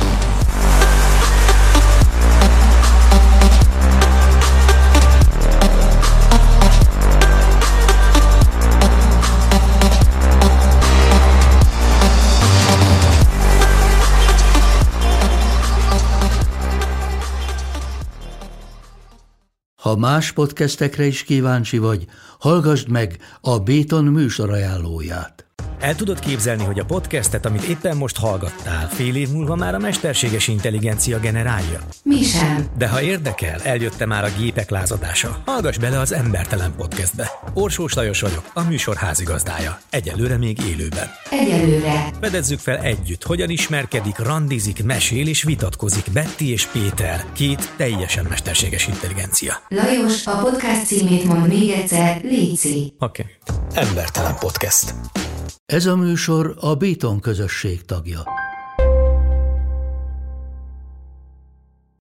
Ha más podcastekre is kíváncsi vagy, hallgassd meg a Béton műsor ajánlóját. El tudod képzelni, hogy a podcastet, amit éppen most hallgattál, fél év múlva már a mesterséges intelligencia generálja? Mi sem. De ha érdekel, eljött már a gépek lázadása. Hallgass bele az Embertelen Podcastbe. Orsós Lajos vagyok, a műsor házigazdája. Egyelőre még élőben. Egyelőre. Fedezzük fel együtt, hogyan ismerkedik, randizik, mesél és vitatkozik Betty és Péter, két teljesen mesterséges intelligencia. Lajos, a podcast címét mond még egyszer, léci. Oké. Okay. Embertelen Podcast. Ez a műsor a Béton közösség tagja.